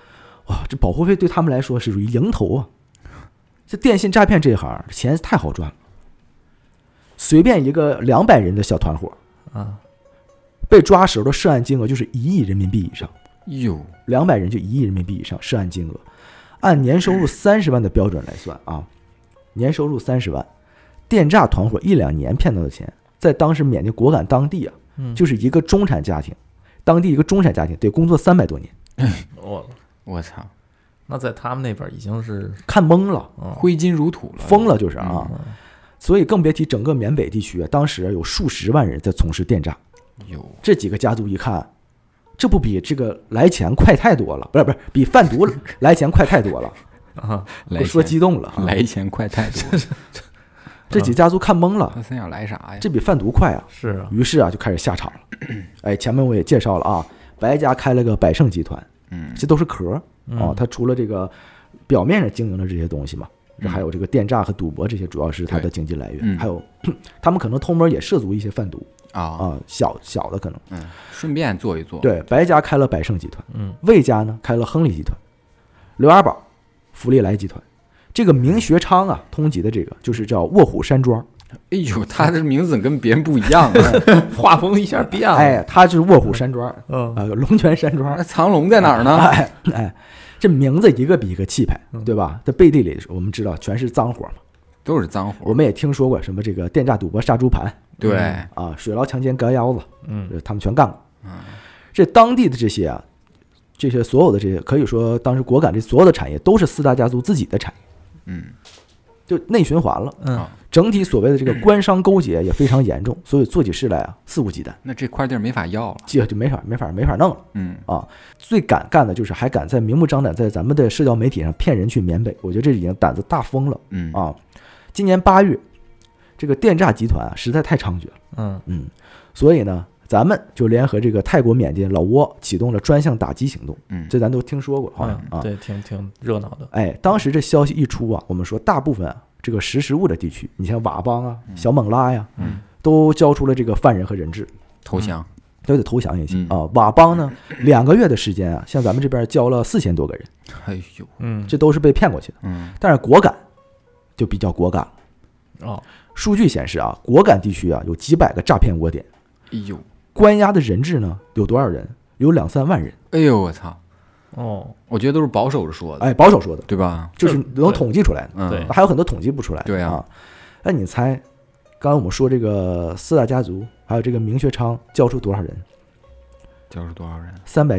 哇，这保护费对他们来说是属于零头啊！这电信诈骗这一行钱太好赚了，随便一个200人的小团伙啊， 被抓时候的涉案金额就是1亿人民币以上。 哟 ，200人就1亿人民币以上涉案金额，按年收入30万的标准来算啊，年收入30万，电诈团伙1-2年骗到的钱，在当时缅甸果敢当地啊，就是一个中产家庭，当地一个中产家庭得工作300多年。 我操！ 那在他们那边已经是看懵了， 挥金如土了， 疯了就是啊！所以更别提整个缅北地区啊，当时有数十万人在从事电诈。这几个家族一看，这不比这个来钱快太多了？不是，比贩毒来钱快太多了啊！我说激动了， 来钱快太多了。 这几家族看懵了， 他想来啥呀？ 这比贩毒快啊！ 是啊， 于是啊就开始下场了。哎，前面我也介绍了啊，白家开了个百盛集团，这都是壳啊。他除了这个表面上经营的这些东西嘛，这还有这个电诈和赌博，这些主要是他的经济来源。还有他们可能偷摸也涉足一些贩毒啊，小的可能， 顺便做一做。 对，白家开了百盛集团，魏家呢开了亨利集团，刘阿宝福利来集团。这个明学昌啊，通缉的这个就是叫卧虎山庄。 哎呦，他的名字跟别人不一样， 画风一下变了。 哎，他就是卧虎山庄，龙泉山庄。 那藏龙在哪儿呢？ 哎，这名字一个比一个气派，对吧？在背地里我们知道全是脏活嘛， 都是脏活。我们也听说过什么这个电诈赌博杀猪盘， 对啊，水牢强奸割腰子，他们全干过。这当地的这些啊，这些所有的这些，可以说当时果敢这所有的产业都是4大家族自己的产业。就内循环了。整体所谓的这个官商勾结也非常严重，所以做起事来啊肆无忌惮。 那这块地儿没法要了， 就没法弄了。最敢干的就是还敢在明目张胆在咱们的社交媒体上骗人去缅北，我觉得这已经胆子大疯了。今年8月，这个电诈集团啊实在太猖獗了。所以呢，咱们就联合这个泰国、缅甸、老挝启动了专项打击行动。这咱都听说过，好像啊， 对，挺热闹的。 哎，当时这消息一出啊，我们说大部分啊这个识时务的地区，你像佤邦啊、小勐拉呀，都交出了这个犯人和人质， 投降， 都得投降也行啊。佤邦呢，2个月的时间啊，像咱们这边交了4000多个人。 哎呦， 这都是被骗过去的。但是果敢就比较果敢了。 数据显示啊，果敢地区啊有几百个诈骗窝点。 哎呦， 关押的人质呢有多少人？有2-3万人。 哎呦，我操！我觉得都是保守说的。 哎，保守说的， 对吧？ 就是能统计出来的。 对， 还有很多统计不出来的。 对啊。 那你猜，刚才我们说这个4大家族，还有这个明学昌交出多少人？ 交出多少人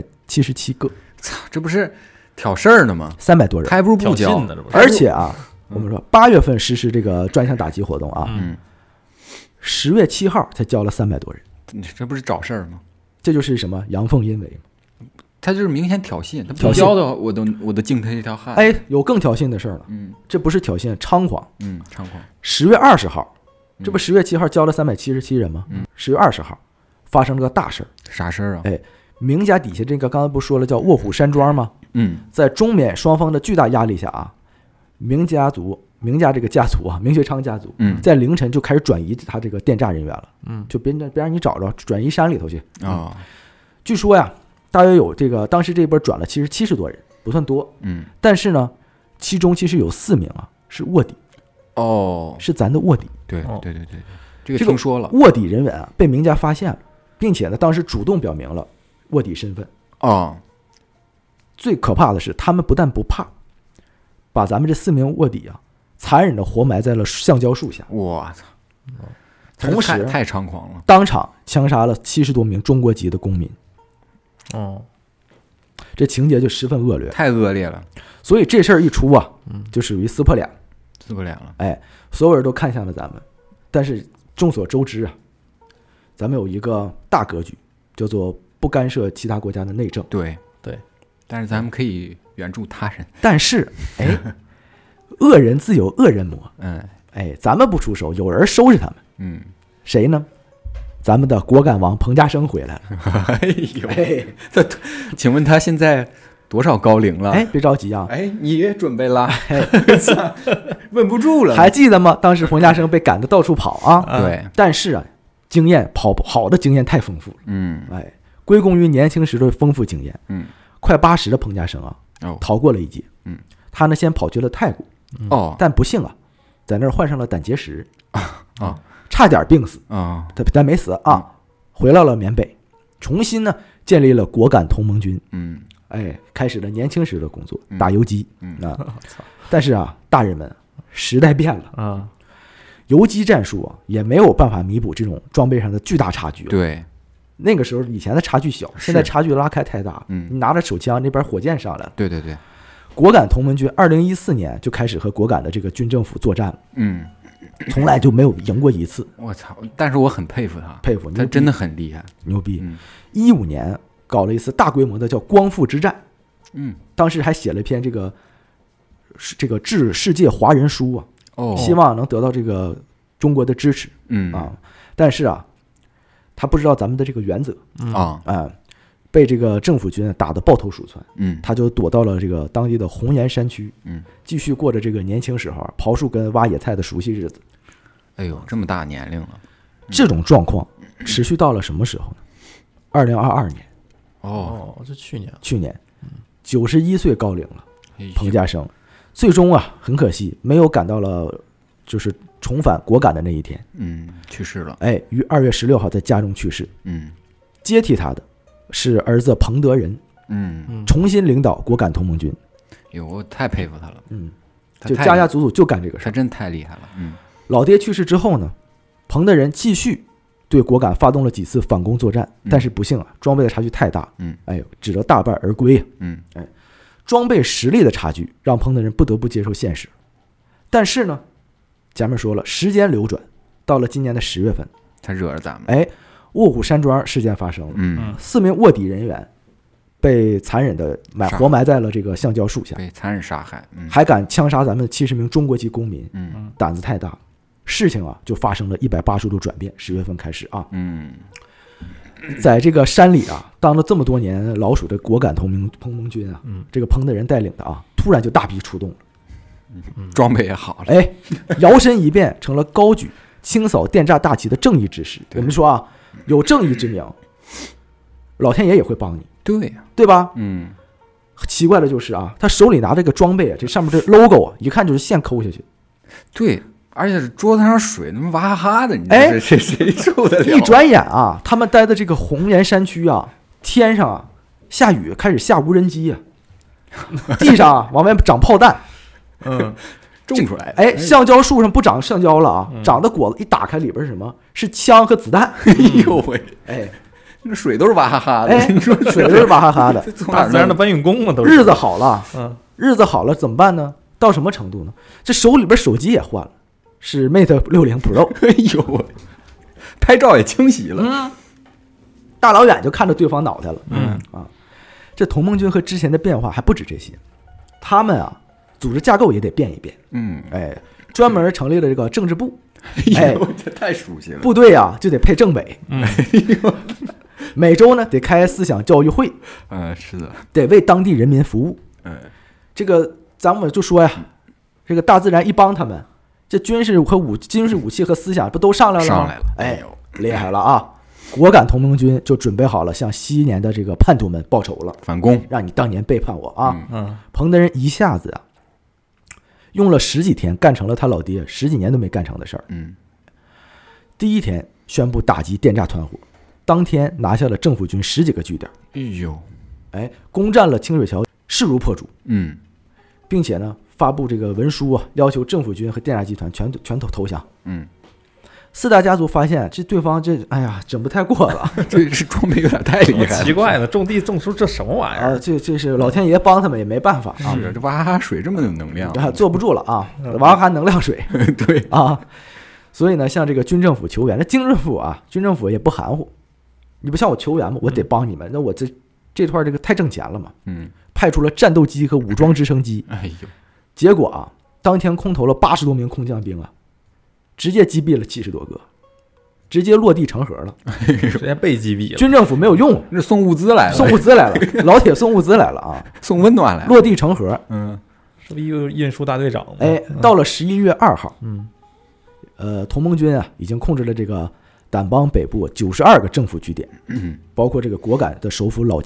？377个。 操，这不是挑事儿呢吗 ？300多人， 还不如不交。 而且啊，我们说8月份实施这个专项打击活动啊，10月7号才交了300多人。 这不是找事儿吗？ 这就是什么阳奉阴违。 他就是明显挑衅，他不交的我都敬他一条汉。 哎，有更挑衅的事儿了。这不是挑衅，猖狂。 猖狂。 10月20号，这不10月7号交了377人吗？10月20号发生了个大事儿。 啥事儿啊？ 哎，明家底下这个刚才不说了叫卧虎山庄吗？在中缅双方的巨大压力下啊，明家这个家族啊，明学昌家族，在凌晨就开始转移他这个电诈人员了。就别让你找着，转移山里头去啊。据说呀，大约有这个当时这波转了其实70多人，不算多。但是呢，其中其实有4名啊是卧底。是咱的卧底。 对，这个听说了。 卧底人员啊被明家发现了，并且呢当时主动表明了卧底身份。最可怕的是，他们不但不怕，把咱们这4名卧底啊残忍的活埋在了橡胶树下。 我操！ 同时太猖狂了， 当场枪杀了70多名中国籍的公民。这情节就十分恶劣， 太恶劣了。 所以这事儿一出啊，就属于撕破脸了。 哎，所有人都看向了咱们。但是众所周知啊，咱们有一个大格局，叫做不干涉其他国家的内政。 对，但是咱们可以援助他人。 但是，哎，恶人自有恶人磨。哎，咱们不出手，有人收拾他们。谁呢？咱们的果敢王彭家生回来了。 哎呦，请问他现在多少高龄了？ 哎，别着急啊。 哎，你也准备了？问不住了。 还记得吗？当时彭家生被赶得到处跑啊。 对。 但是啊，经验跑的经验太丰富了。哎，归功于年轻时的丰富经验。快80的彭家生啊， 逃过了一劫。他呢先跑去了泰国，但不幸啊，在那儿患上了胆结石差点病死但没死啊，回到了缅北，重新呢建立了果敢同盟军。开始了年轻时的工作，打游击。但是啊，大人们，时代变了游击战术啊也没有办法弥补这种装备上的巨大差距。 对， 那个时候以前的差距小，现在差距拉开太大。你拿着手枪，那边火箭上来了。 对， 果敢同盟军2014年就开始和果敢的这个军政府作战了。从来就没有赢过一次。 我操！但是我很佩服他，他真的很厉害， 牛逼。15年搞了一次大规模的叫光复之战。当时还写了一篇这个致世界华人书啊。希望能得到这个中国的支持。但是啊，他不知道咱们的这个原则被这个政府军打得抱头鼠窜。他就躲到了这个当地的红岩山区。继续过着这个年轻时候刨树根挖野菜的熟悉日子。 哎呦，这么大年龄了。 这种状况持续到了什么时候呢？2022年。 这去年91岁高龄了。彭家生最终啊，很可惜没有赶到了就是重返果敢的那一天。 去世了。 于2月16号在家中去世。接替他的是儿子彭德仁。重新领导果敢同盟军。 我太佩服他了。 就家族就干这个事， 他真太厉害了。 老爹去世之后呢，彭德仁继续对果敢发动了几次反攻作战，但是不幸啊，装备的差距太大。只得大败而归。装备实力的差距让彭德仁不得不接受现实。但是呢，前面说了，时间流转，到了今年的10月份， 他惹着咱们。 卧虎山庄事件发生了。4名卧底人员被残忍的活埋在了这个橡胶树下， 被残忍杀害。 还敢枪杀咱们70名中国籍公民。胆子太大。事情啊就发生了180度转变。10月份开始啊。在这个山里啊，当了这么多年老鼠的果敢同盟军啊，这个彭德仁带领的啊，突然就大批出动了。 装备也好了。 摇身一变成了高举清扫电诈大旗的正义之士。我们说啊，有正义之名，老天爷也会帮你。对吧？奇怪的就是啊，他手里拿这个装备啊，这上面这 logo 啊，一看就是现抠下去。 对，而且桌子上水那么娃哈哈的，你这谁受得了？ 一转眼啊，他们待的这个红岩山区啊，天上啊下雨，开始下无人机啊，地上啊往外长炮弹。 种出来。 橡胶树上不长橡胶了啊，长的果子一打开，里边是什么？是枪和子弹。 那水都是娃哈哈的。 水都是娃哈哈的。 大自然的搬运工嘛，都是。 日子好了，怎么办呢？到什么程度呢？这手里边手机也换了，是 Mate 60 Pro。 拍照也清晰了。 大老远就看着对方脑袋了。这同盟军和之前的变化还不止这些，他们啊组织架构也得变一变。专门成立了这个政治部。 这太熟悉了。 部队啊就得配政委。每周呢得开思想教育会。 是的， 得为当地人民服务。这个咱们就说呀，这个大自然一帮他们，这军事武器和思想不都上来了吗？厉害了啊！果敢同盟军就准备好了向昔年的这个叛徒们报仇了， 反攻， 让你当年背叛我啊！彭德仁一下子啊，用了10几天干成了他老爹10几年都没干成的事儿。第一天宣布打击电诈团伙，当天拿下了政府军10几个据点。攻占了清水桥，势如破竹。并且呢发布这个文书啊，要求政府军和电诈集团全投降。4大家族发现这对方整不太过了。 这是装备有点太厉害了。 奇怪了，种地种出这什么玩意儿？ 这是老天爷帮他们也没办法啊。 这娃哈哈水这么有能量， 坐不住了啊！娃哈哈能量水。 对啊，所以呢，向这个军政府求援，那军政府也不含糊，你不向我求援吗？我得帮你们，那我这块这个太挣钱了嘛。派出了战斗机和武装直升机。结果啊，当天空投了80多名空降兵啊，直接击毙了70多个，直接落地成盒了。 直接被击毙了。 军政府没有用， 这送物资来了， 老铁送物资来了啊， 送温暖来了， 落地成盒。 是不是一个运输大队长？ 到了11月2号，同盟军啊已经控制了这个掸邦北部92个政府据点，包括这个果敢的首府老街。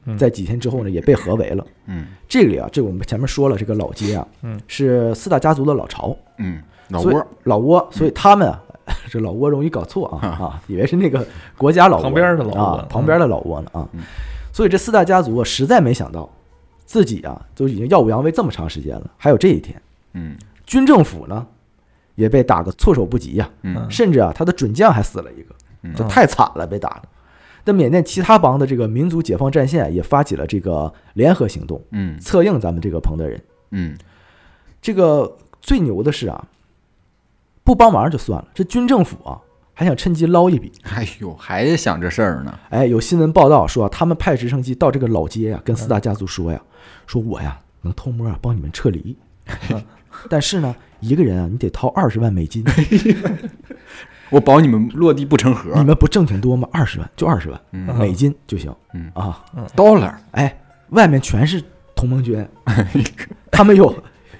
在几天之后呢也被合围了。这里啊，这我们前面说了，这个老街啊，是四大家族的老巢，老窝，所以他们啊，这老窝容易搞错啊，以为是那个国家老窝旁边的老窝啊，旁边的老窝呢啊，所以这四大家族啊，实在没想到自己啊都已经耀武扬威这么长时间了，还有这一天。军政府呢也被打个措手不及呀，甚至啊他的准将还死了一个，这太惨了，被打的。但缅甸其他邦的这个民族解放战线也发起了这个联合行动，策应咱们这个彭德仁。这个最牛的是啊，不帮忙就算了，这军政府啊还想趁机捞一笔。 哎呦，还想这事儿呢。 哎，有新闻报道说，他们派直升机到这个老街呀，跟四大家族说呀，说我呀能偷摸啊帮你们撤离，但是呢，一个人啊你得掏20万美金。 我保你们落地不成盒。 你们不挣挺多吗？20万，就20万美金就行。 $。 哎，外面全是同盟军，他们有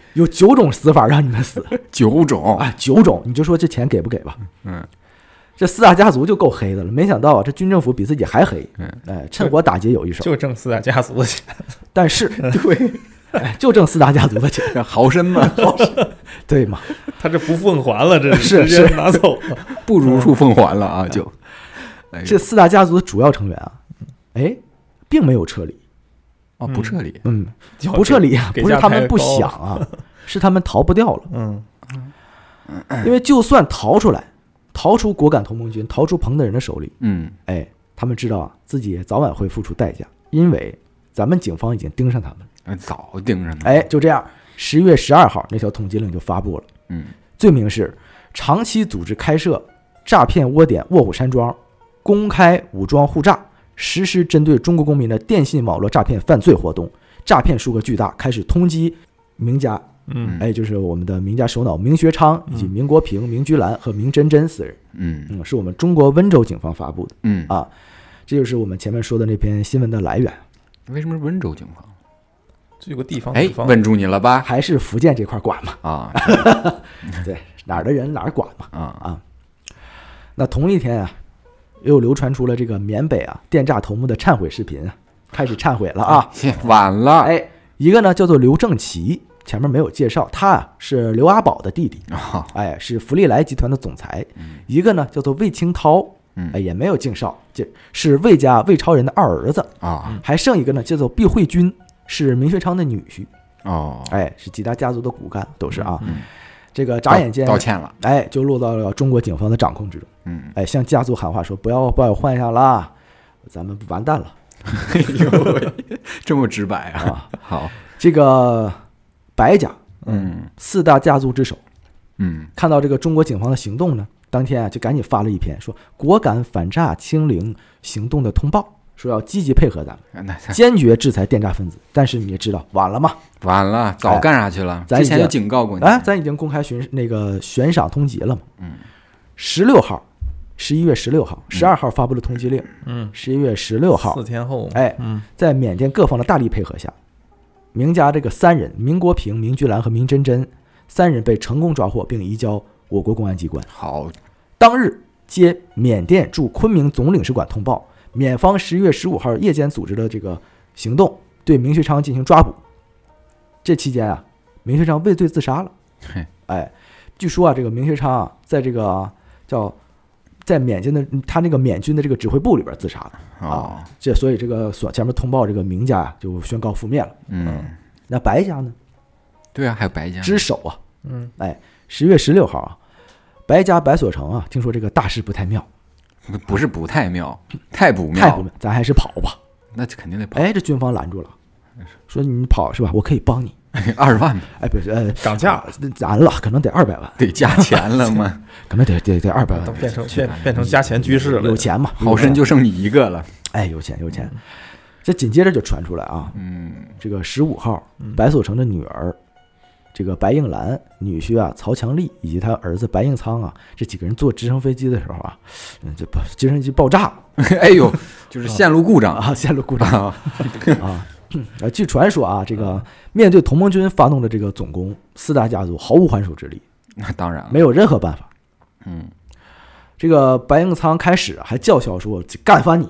9种死法让你们死。 9种， 哎，9种，你就说这钱给不给吧？这四大家族就够黑的了，没想到啊，这军政府比自己还黑。哎，趁火打劫有一手， 就挣四大家族的钱。 但是，对，哎，就挣四大家族的钱， 豪绅嘛， 对嘛？ 他这不奉还了，这是直接拿走了， 不如数奉还了啊！就这四大家族的主要成员啊，哎，并没有撤离。 不撤离， 不撤离啊，不是他们不想啊，是他们逃不掉了。因为就算逃出来，逃出果敢同盟军，逃出彭德仁的手里，哎，他们知道啊，自己早晚会付出代价，因为咱们警方已经盯上他们， 早盯上了。 哎，就这样，11月12号那条通缉令就发布了。罪名是长期组织开设诈骗窝点卧虎山庄，公开武装护诈，实施针对中国公民的电信网络诈骗犯罪活动，诈骗数额巨大，开始通缉名家。哎，就是我们的名家首脑明学昌以及明国平、明居兰和明真真4人。是我们中国温州警方发布的。这就是我们前面说的那篇新闻的来源。 为什么是温州警方？ 这有个地方， 哎，问住你了吧？ 还是福建这块管嘛？对，哪儿的人哪儿管嘛？那同一天啊，又流传出了这个缅北啊电诈头目的忏悔视频啊，开始忏悔了啊。 晚了。 哎，一个呢叫做刘正奇，前面没有介绍，他啊是刘阿宝的弟弟，哎，是福利来集团的总裁。一个呢叫做魏清涛，哎，也没有介绍，这是魏家魏超人的二儿子啊。还剩一个呢叫做毕慧君，是明学昌的女婿。哎，是几大家族的骨干都是啊。这个眨眼间道歉了， 哎，就落到了中国警方的掌控之中。哎，向家族喊话说不要抱有幻想啦，咱们完蛋了。 哎呦，这么直白啊！好， 这个白家，四大家族之首，看到这个中国警方的行动呢，当天啊就赶紧发了一篇说果敢反诈清零行动的通报，说要积极配合咱们，坚决制裁电诈分子。但是你也知道，晚了嘛， 晚了，早干啥去了？之前就警告过你， 哎，咱已经公开悬赏通缉了嘛。16号，11月16号，12号发布了通缉令。11月16号 ，4天后， 哎，在缅甸各方的大力配合下，明家这个3人，明国平、明居兰和明真真3人被成功抓获，并移交我国公安机关。 好， 当日接缅甸驻昆明总领事馆通报，缅方11月15号夜间组织了这个行动，对明学昌进行抓捕。这期间啊，明学昌畏罪自杀了。哎，据说啊，这个明学昌啊，在这个在缅甸的他那个缅军的这个指挥部里边自杀的啊。所以这个前面通报这个明家啊就宣告覆灭了。那白家呢？ 对啊，还有白家之首啊。哎，11月16号啊，白家白所成啊，听说这个大事不太妙。 不是不太妙，太不妙， 咱还是跑吧。 那肯定得跑。 哎，这军方拦住了，说你跑是吧？我可以帮你 20万。 哎，不是， 涨价咱了，可能得200万， 得加钱了吗？ 可能得200万， 都变成加钱居士了。 有钱嘛？ 好身就剩你一个了。 哎，有钱。这紧接着就传出来啊，这个15号，白所成的女儿。这个白应兰、女婿啊曹强立以及他儿子白应仓啊，这几个人坐直升飞机的时候啊，这直升机爆炸了。 哎呦，就是线路故障啊，线路故障啊。据传说啊，这个面对同盟军发动的这个总攻，四大家族毫无还手之力。 那当然了， 没有任何办法。这个白应仓开始还叫嚣说干翻你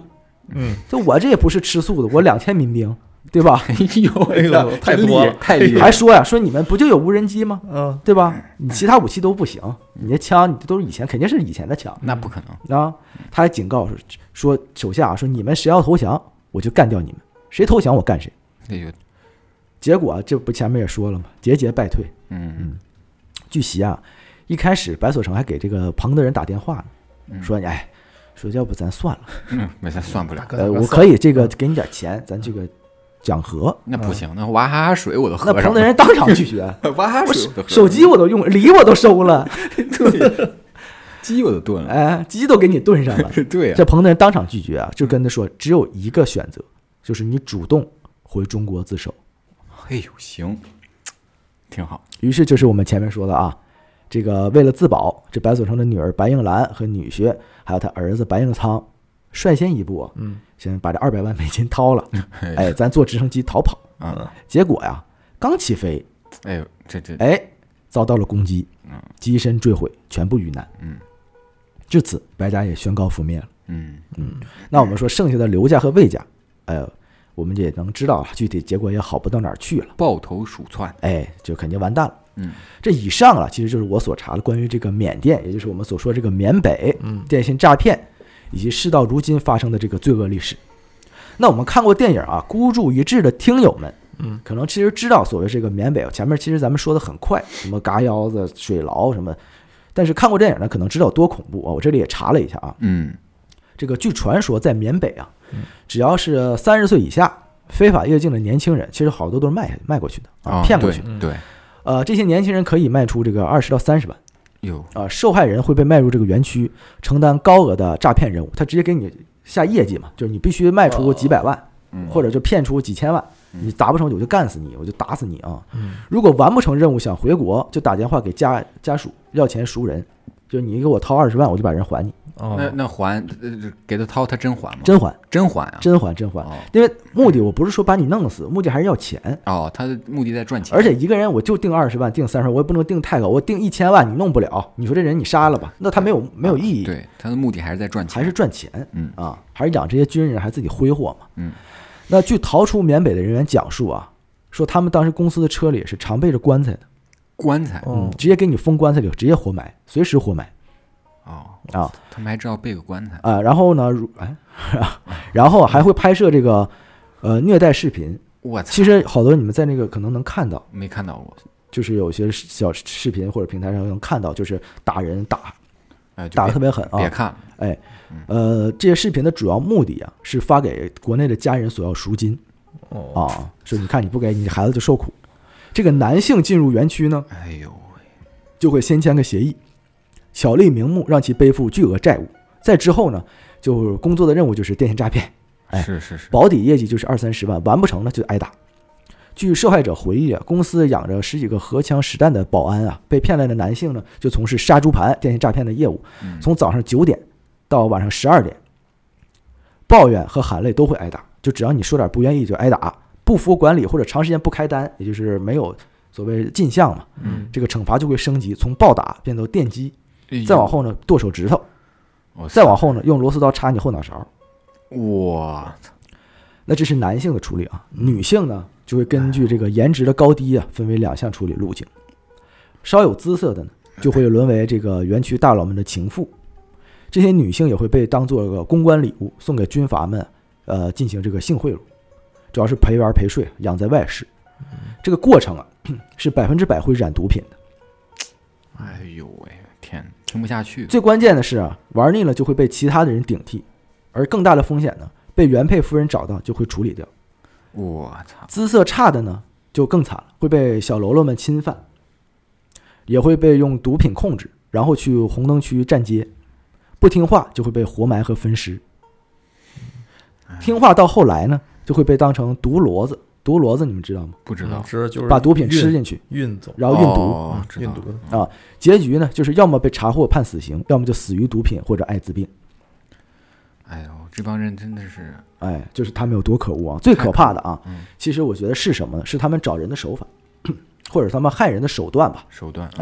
就我这也不是吃素的，我2000民兵，对吧？ 哎呦， 太多了， 太厉害！ 还说呀，说你们不就有无人机吗？对吧？你其他武器都不行，你这枪你都是肯定是以前的枪， 那不可能啊！他还警告说手下说你们谁要投降，我就干掉你们，谁投降我干谁。 哎呦， 结果这不前面也说了吗？节节败退。据悉啊，一开始白所成还给这个彭德仁打电话呢，说说要不咱算了， 没咱算不了。 我可以这个给你点钱，咱这个讲和。 那不行，那娃哈哈水我都喝上了。 那彭德仁当场拒绝， 娃哈哈水我都喝上了， 手机我都用，梨我都收了， 对，鸡我都炖了， 鸡都给你炖上了。 对呀， 这彭德仁当场拒绝啊，就跟他说只有一个选择，就是你主动回中国自首。 哎呦，行，挺好。 于是就是我们前面说的啊，这个为了自保，这白所成的女儿白应兰和女婿，还有他儿子白应仓，率先一步，先把这200万美金掏了，咱坐直升机逃跑。结果呀，刚起飞， 哎呦， 遭到了攻击，机身坠毁，全部遇难。至此，白家也宣告覆灭了。那我们说剩下的刘家和魏家，我们也能知道具体结果也好不到哪儿去了， 抱头鼠窜， 就肯定完蛋了。这以上啊，其实就是我所查的关于这个缅甸，也就是我们所说这个缅北电信诈骗，以及事到如今发生的这个罪恶历史。那我们看过电影啊《孤注一掷》的听友们，可能其实知道所谓这个缅北，前面其实咱们说的很快，什么嘎腰子、水牢什么，但是看过电影呢，可能知道有多恐怖啊。我这里也查了一下啊，这个据传说在缅北啊，只要是30岁以下非法越境的年轻人，其实好多都是卖过去的骗过去的。 对， 这些年轻人可以卖出这个20到30万。受害人会被卖入这个园区，承担高额的诈骗任务。他直接给你下业绩嘛，就是你必须卖出几百万，或者就骗出几千万。你达不成我就干死你，我就打死你啊！如果完不成任务想回国，就打电话给家属要钱赎人，就是你给我掏20万，我就把人还你。 那还给他掏，他真还吗？ 真还啊！ 真还！因为目的我不是说把你弄死，目的还是要钱。 他的目的在赚钱。 而且一个人我就定20万，定30万，我也不能定太高，我定1000万你弄不了，你说这人你杀了吧，那他没有意义。 对，他的目的还是在赚钱， 还是赚钱。还是养这些军人，还自己挥霍嘛。那据逃出缅北的人员讲述啊，说他们当时公司的车里是常备着棺材的，直接给你封棺材里，直接活埋，随时活埋。 他们还知道备个棺材然后呢，然后还会拍摄这个虐待视频。 我操！ 其实好多你们在那个可能能看到， 没看到过， 就是有些小视频或者平台上能看到，就是打人打得特别狠啊！ 别看了，这些视频的主要目的啊，是发给国内的家人索要赎金。说你看你不给你孩子就受苦。这个男性进入园区呢，就会先签个协议。巧立名目让其背负巨额债务，在之后呢，就工作的任务就是电信诈骗， 是， 保底业绩就是20-30万，完不成呢就挨打。据受害者回忆啊，公司养着10几个荷枪实弹的保安啊，被骗来的男性呢，就从事杀猪盘电信诈骗的业务，从早上9点到晚上12点，抱怨和含泪都会挨打，就只要你说点不愿意就挨打，不服管理或者长时间不开单，也就是没有所谓进项嘛，这个惩罚就会升级，从暴打变到电击。再往后呢，剁手指头；再往后呢，用螺丝刀插你后脑勺。 哇！ 那这是男性的处理啊，女性呢就会根据这个颜值的高低啊，分为2项处理路径。稍有姿色的呢，就会沦为这个园区大佬们的情妇。这些女性也会被当做个公关礼物送给军阀们，进行这个性贿赂，主要是陪玩陪睡，养在外室。这个过程啊，是100%会染毒品的。 哎呦喂！天，听不下去。 最关键的是啊，玩腻了就会被其他的人顶替，而更大的风险呢，被原配夫人找到就会处理掉。 我操！ 姿色差的呢就更惨了，会被小喽啰们侵犯，也会被用毒品控制，然后去红灯区站街，不听话就会被活埋和分尸。听话到后来呢，就会被当成毒骡子。毒骡子你们知道吗？ 不知道， 就是把毒品吃进去， 运走， 然后运毒啊。结局呢，就是要么被查获判死刑，要么就死于毒品或者艾滋病。 哎呦，这帮人真的是， 就是他们有多可恶啊！最可怕的啊，其实我觉得是什么呢？是他们找人的手法，或者他们害人的手段吧。 手段，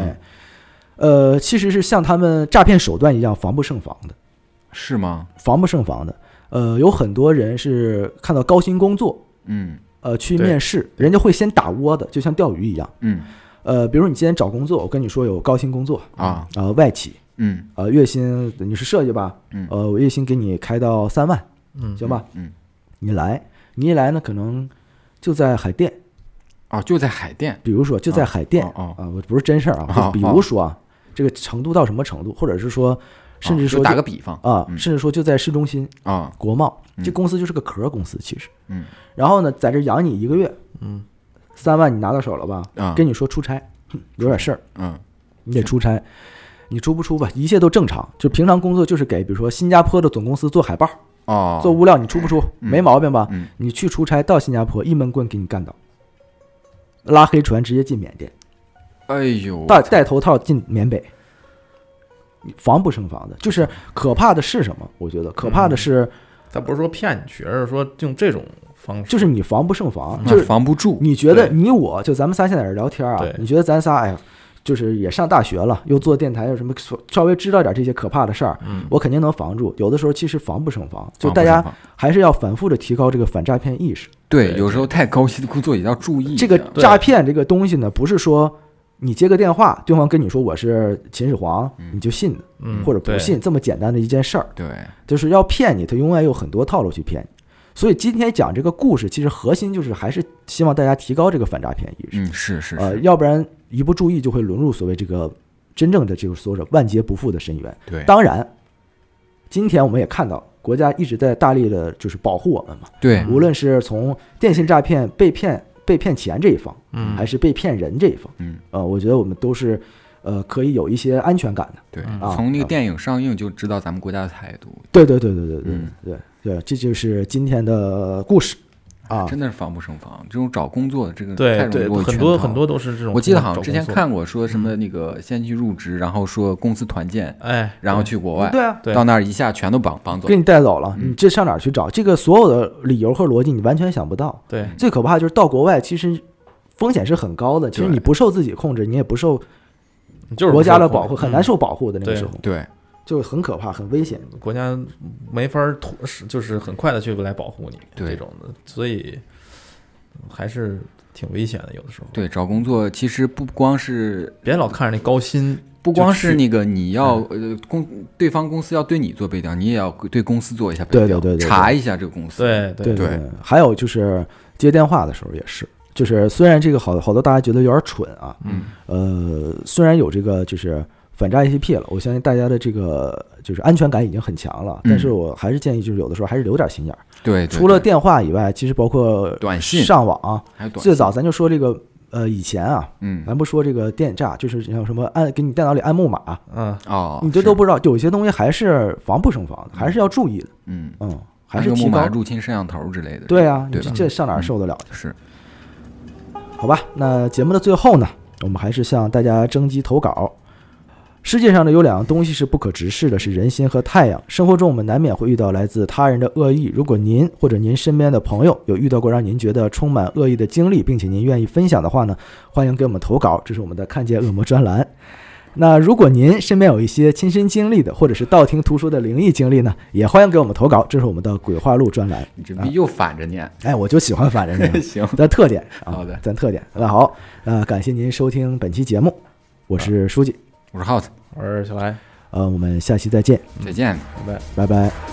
其实是像他们诈骗手段一样防不胜防的。 是吗？ 防不胜防的。 有很多人是看到高薪工作，去面试，人家会先打窝的，就像钓鱼一样，比如你今天找工作，我跟你说有高薪工作啊，外企，月薪你是设计吧，我月薪给你开到3万，行吧，你一来呢，可能就在海淀， 就在海淀， 比如说就在海淀我不是真事儿啊，比如说啊，这个程度到什么程度，或者是说，甚至说打个比方甚至说就在市中心国贸，这公司就是个壳公司，其实，然后呢，在这养你1个月，3万你拿到手了吧？跟你说出差，有点事儿，你得出差，你出不出吧？一切都正常，就平常工作就是给，比如说新加坡的总公司做海报，做物料，你出不出？没毛病吧？你去出差到新加坡，一闷棍给你干倒，拉黑船直接进缅甸， 哎呦， 戴头套进缅北，防不胜防的。就是可怕的是什么？我觉得可怕的是， 他不是说骗你去，而是说用这种方式， 就是你防不胜防，就是防不住。 你觉得你我就咱们仨现在在这聊天啊，你觉得咱仨哎呀，就是也上大学了，又做电台，有什么稍微知道点这些可怕的事儿，我肯定能防住。有的时候其实防不胜防，就大家还是要反复的提高这个反诈骗意识。 对，有时候太高薪的工作也要注意。 这个诈骗这个东西呢，不是说你接个电话，对方跟你说我是秦始皇，你就信的，或者不信，这么简单的一件事儿。 对， 就是要骗你，他永远有很多套路去骗你。所以今天讲这个故事，其实核心就是还是希望大家提高这个反诈骗意识。 是要不然一不注意就会沦入所谓这个真正的就是所谓万劫不复的深渊。 对， 当然，今天我们也看到国家一直在大力的就是保护我们嘛。 对， 无论是从电信诈骗被骗钱这一方，还是被骗人这一方，我觉得我们都是可以有一些安全感的。 对，从那个电影上映就知道咱们国家的态度。 对，这就是今天的故事啊， 真的是防不胜防。这种找工作的这个对，很多都是这种。 我记得好像之前看过说什么那个先去入职，然后说公司团建，然后去国外， 对啊， 到那儿一下全都绑走， 给你带走了。你这上哪儿去找？这个所有的理由和逻辑你完全想不到。 对， 最可怕就是到国外，其实风险是很高的。其实你不受自己控制，你也不受国家的保护，很难受保护的那个时候。 对。 就很可怕，很危险， 国家没法就是很快的去来保护你这种的，所以还是挺危险的，有的时候。 对，找工作其实不光是别老看着那高薪， 不光是那个你要对方公司要对你做背调，你也要对公司做一下背调，对，查一下这个公司。 对。还有就是接电话的时候也是，就是虽然这个好多大家觉得有点蠢啊，虽然有这个就是反诈 APP 了，我相信大家的这个就是安全感已经很强了，但是我还是建议就是有的时候还是留点心眼儿。 对， 除了电话以外，其实包括短信、 上网， 还有短信。 最早咱就说这个以前啊，咱不说这个电诈，就是像什么给你电脑里按木马，你这都不知道，有些东西还是防不胜防的，还是要注意的。还是提高入侵摄像头之类的。 对啊，这上哪儿受得了？ 是。 好吧，那节目的最后呢，我们还是向大家征集投稿。世界上呢有2样东西是不可直视的，是人心和太阳。生活中我们难免会遇到来自他人的恶意，如果您或者您身边的朋友有遇到过让您觉得充满恶意的经历，并且您愿意分享的话呢，欢迎给我们投稿，这是我们的看见恶魔专栏。那如果您身边有一些亲身经历的，或者是道听途说的灵异经历呢，也欢迎给我们投稿，这是我们的鬼话录专栏。 你这又反着念， 我就喜欢反着念。 行， 咱特点好的， 咱特点。那好，感谢您收听本期节目，我是书记， 我是耗子， 我是小来， 我们下期再见， 再见， 拜拜。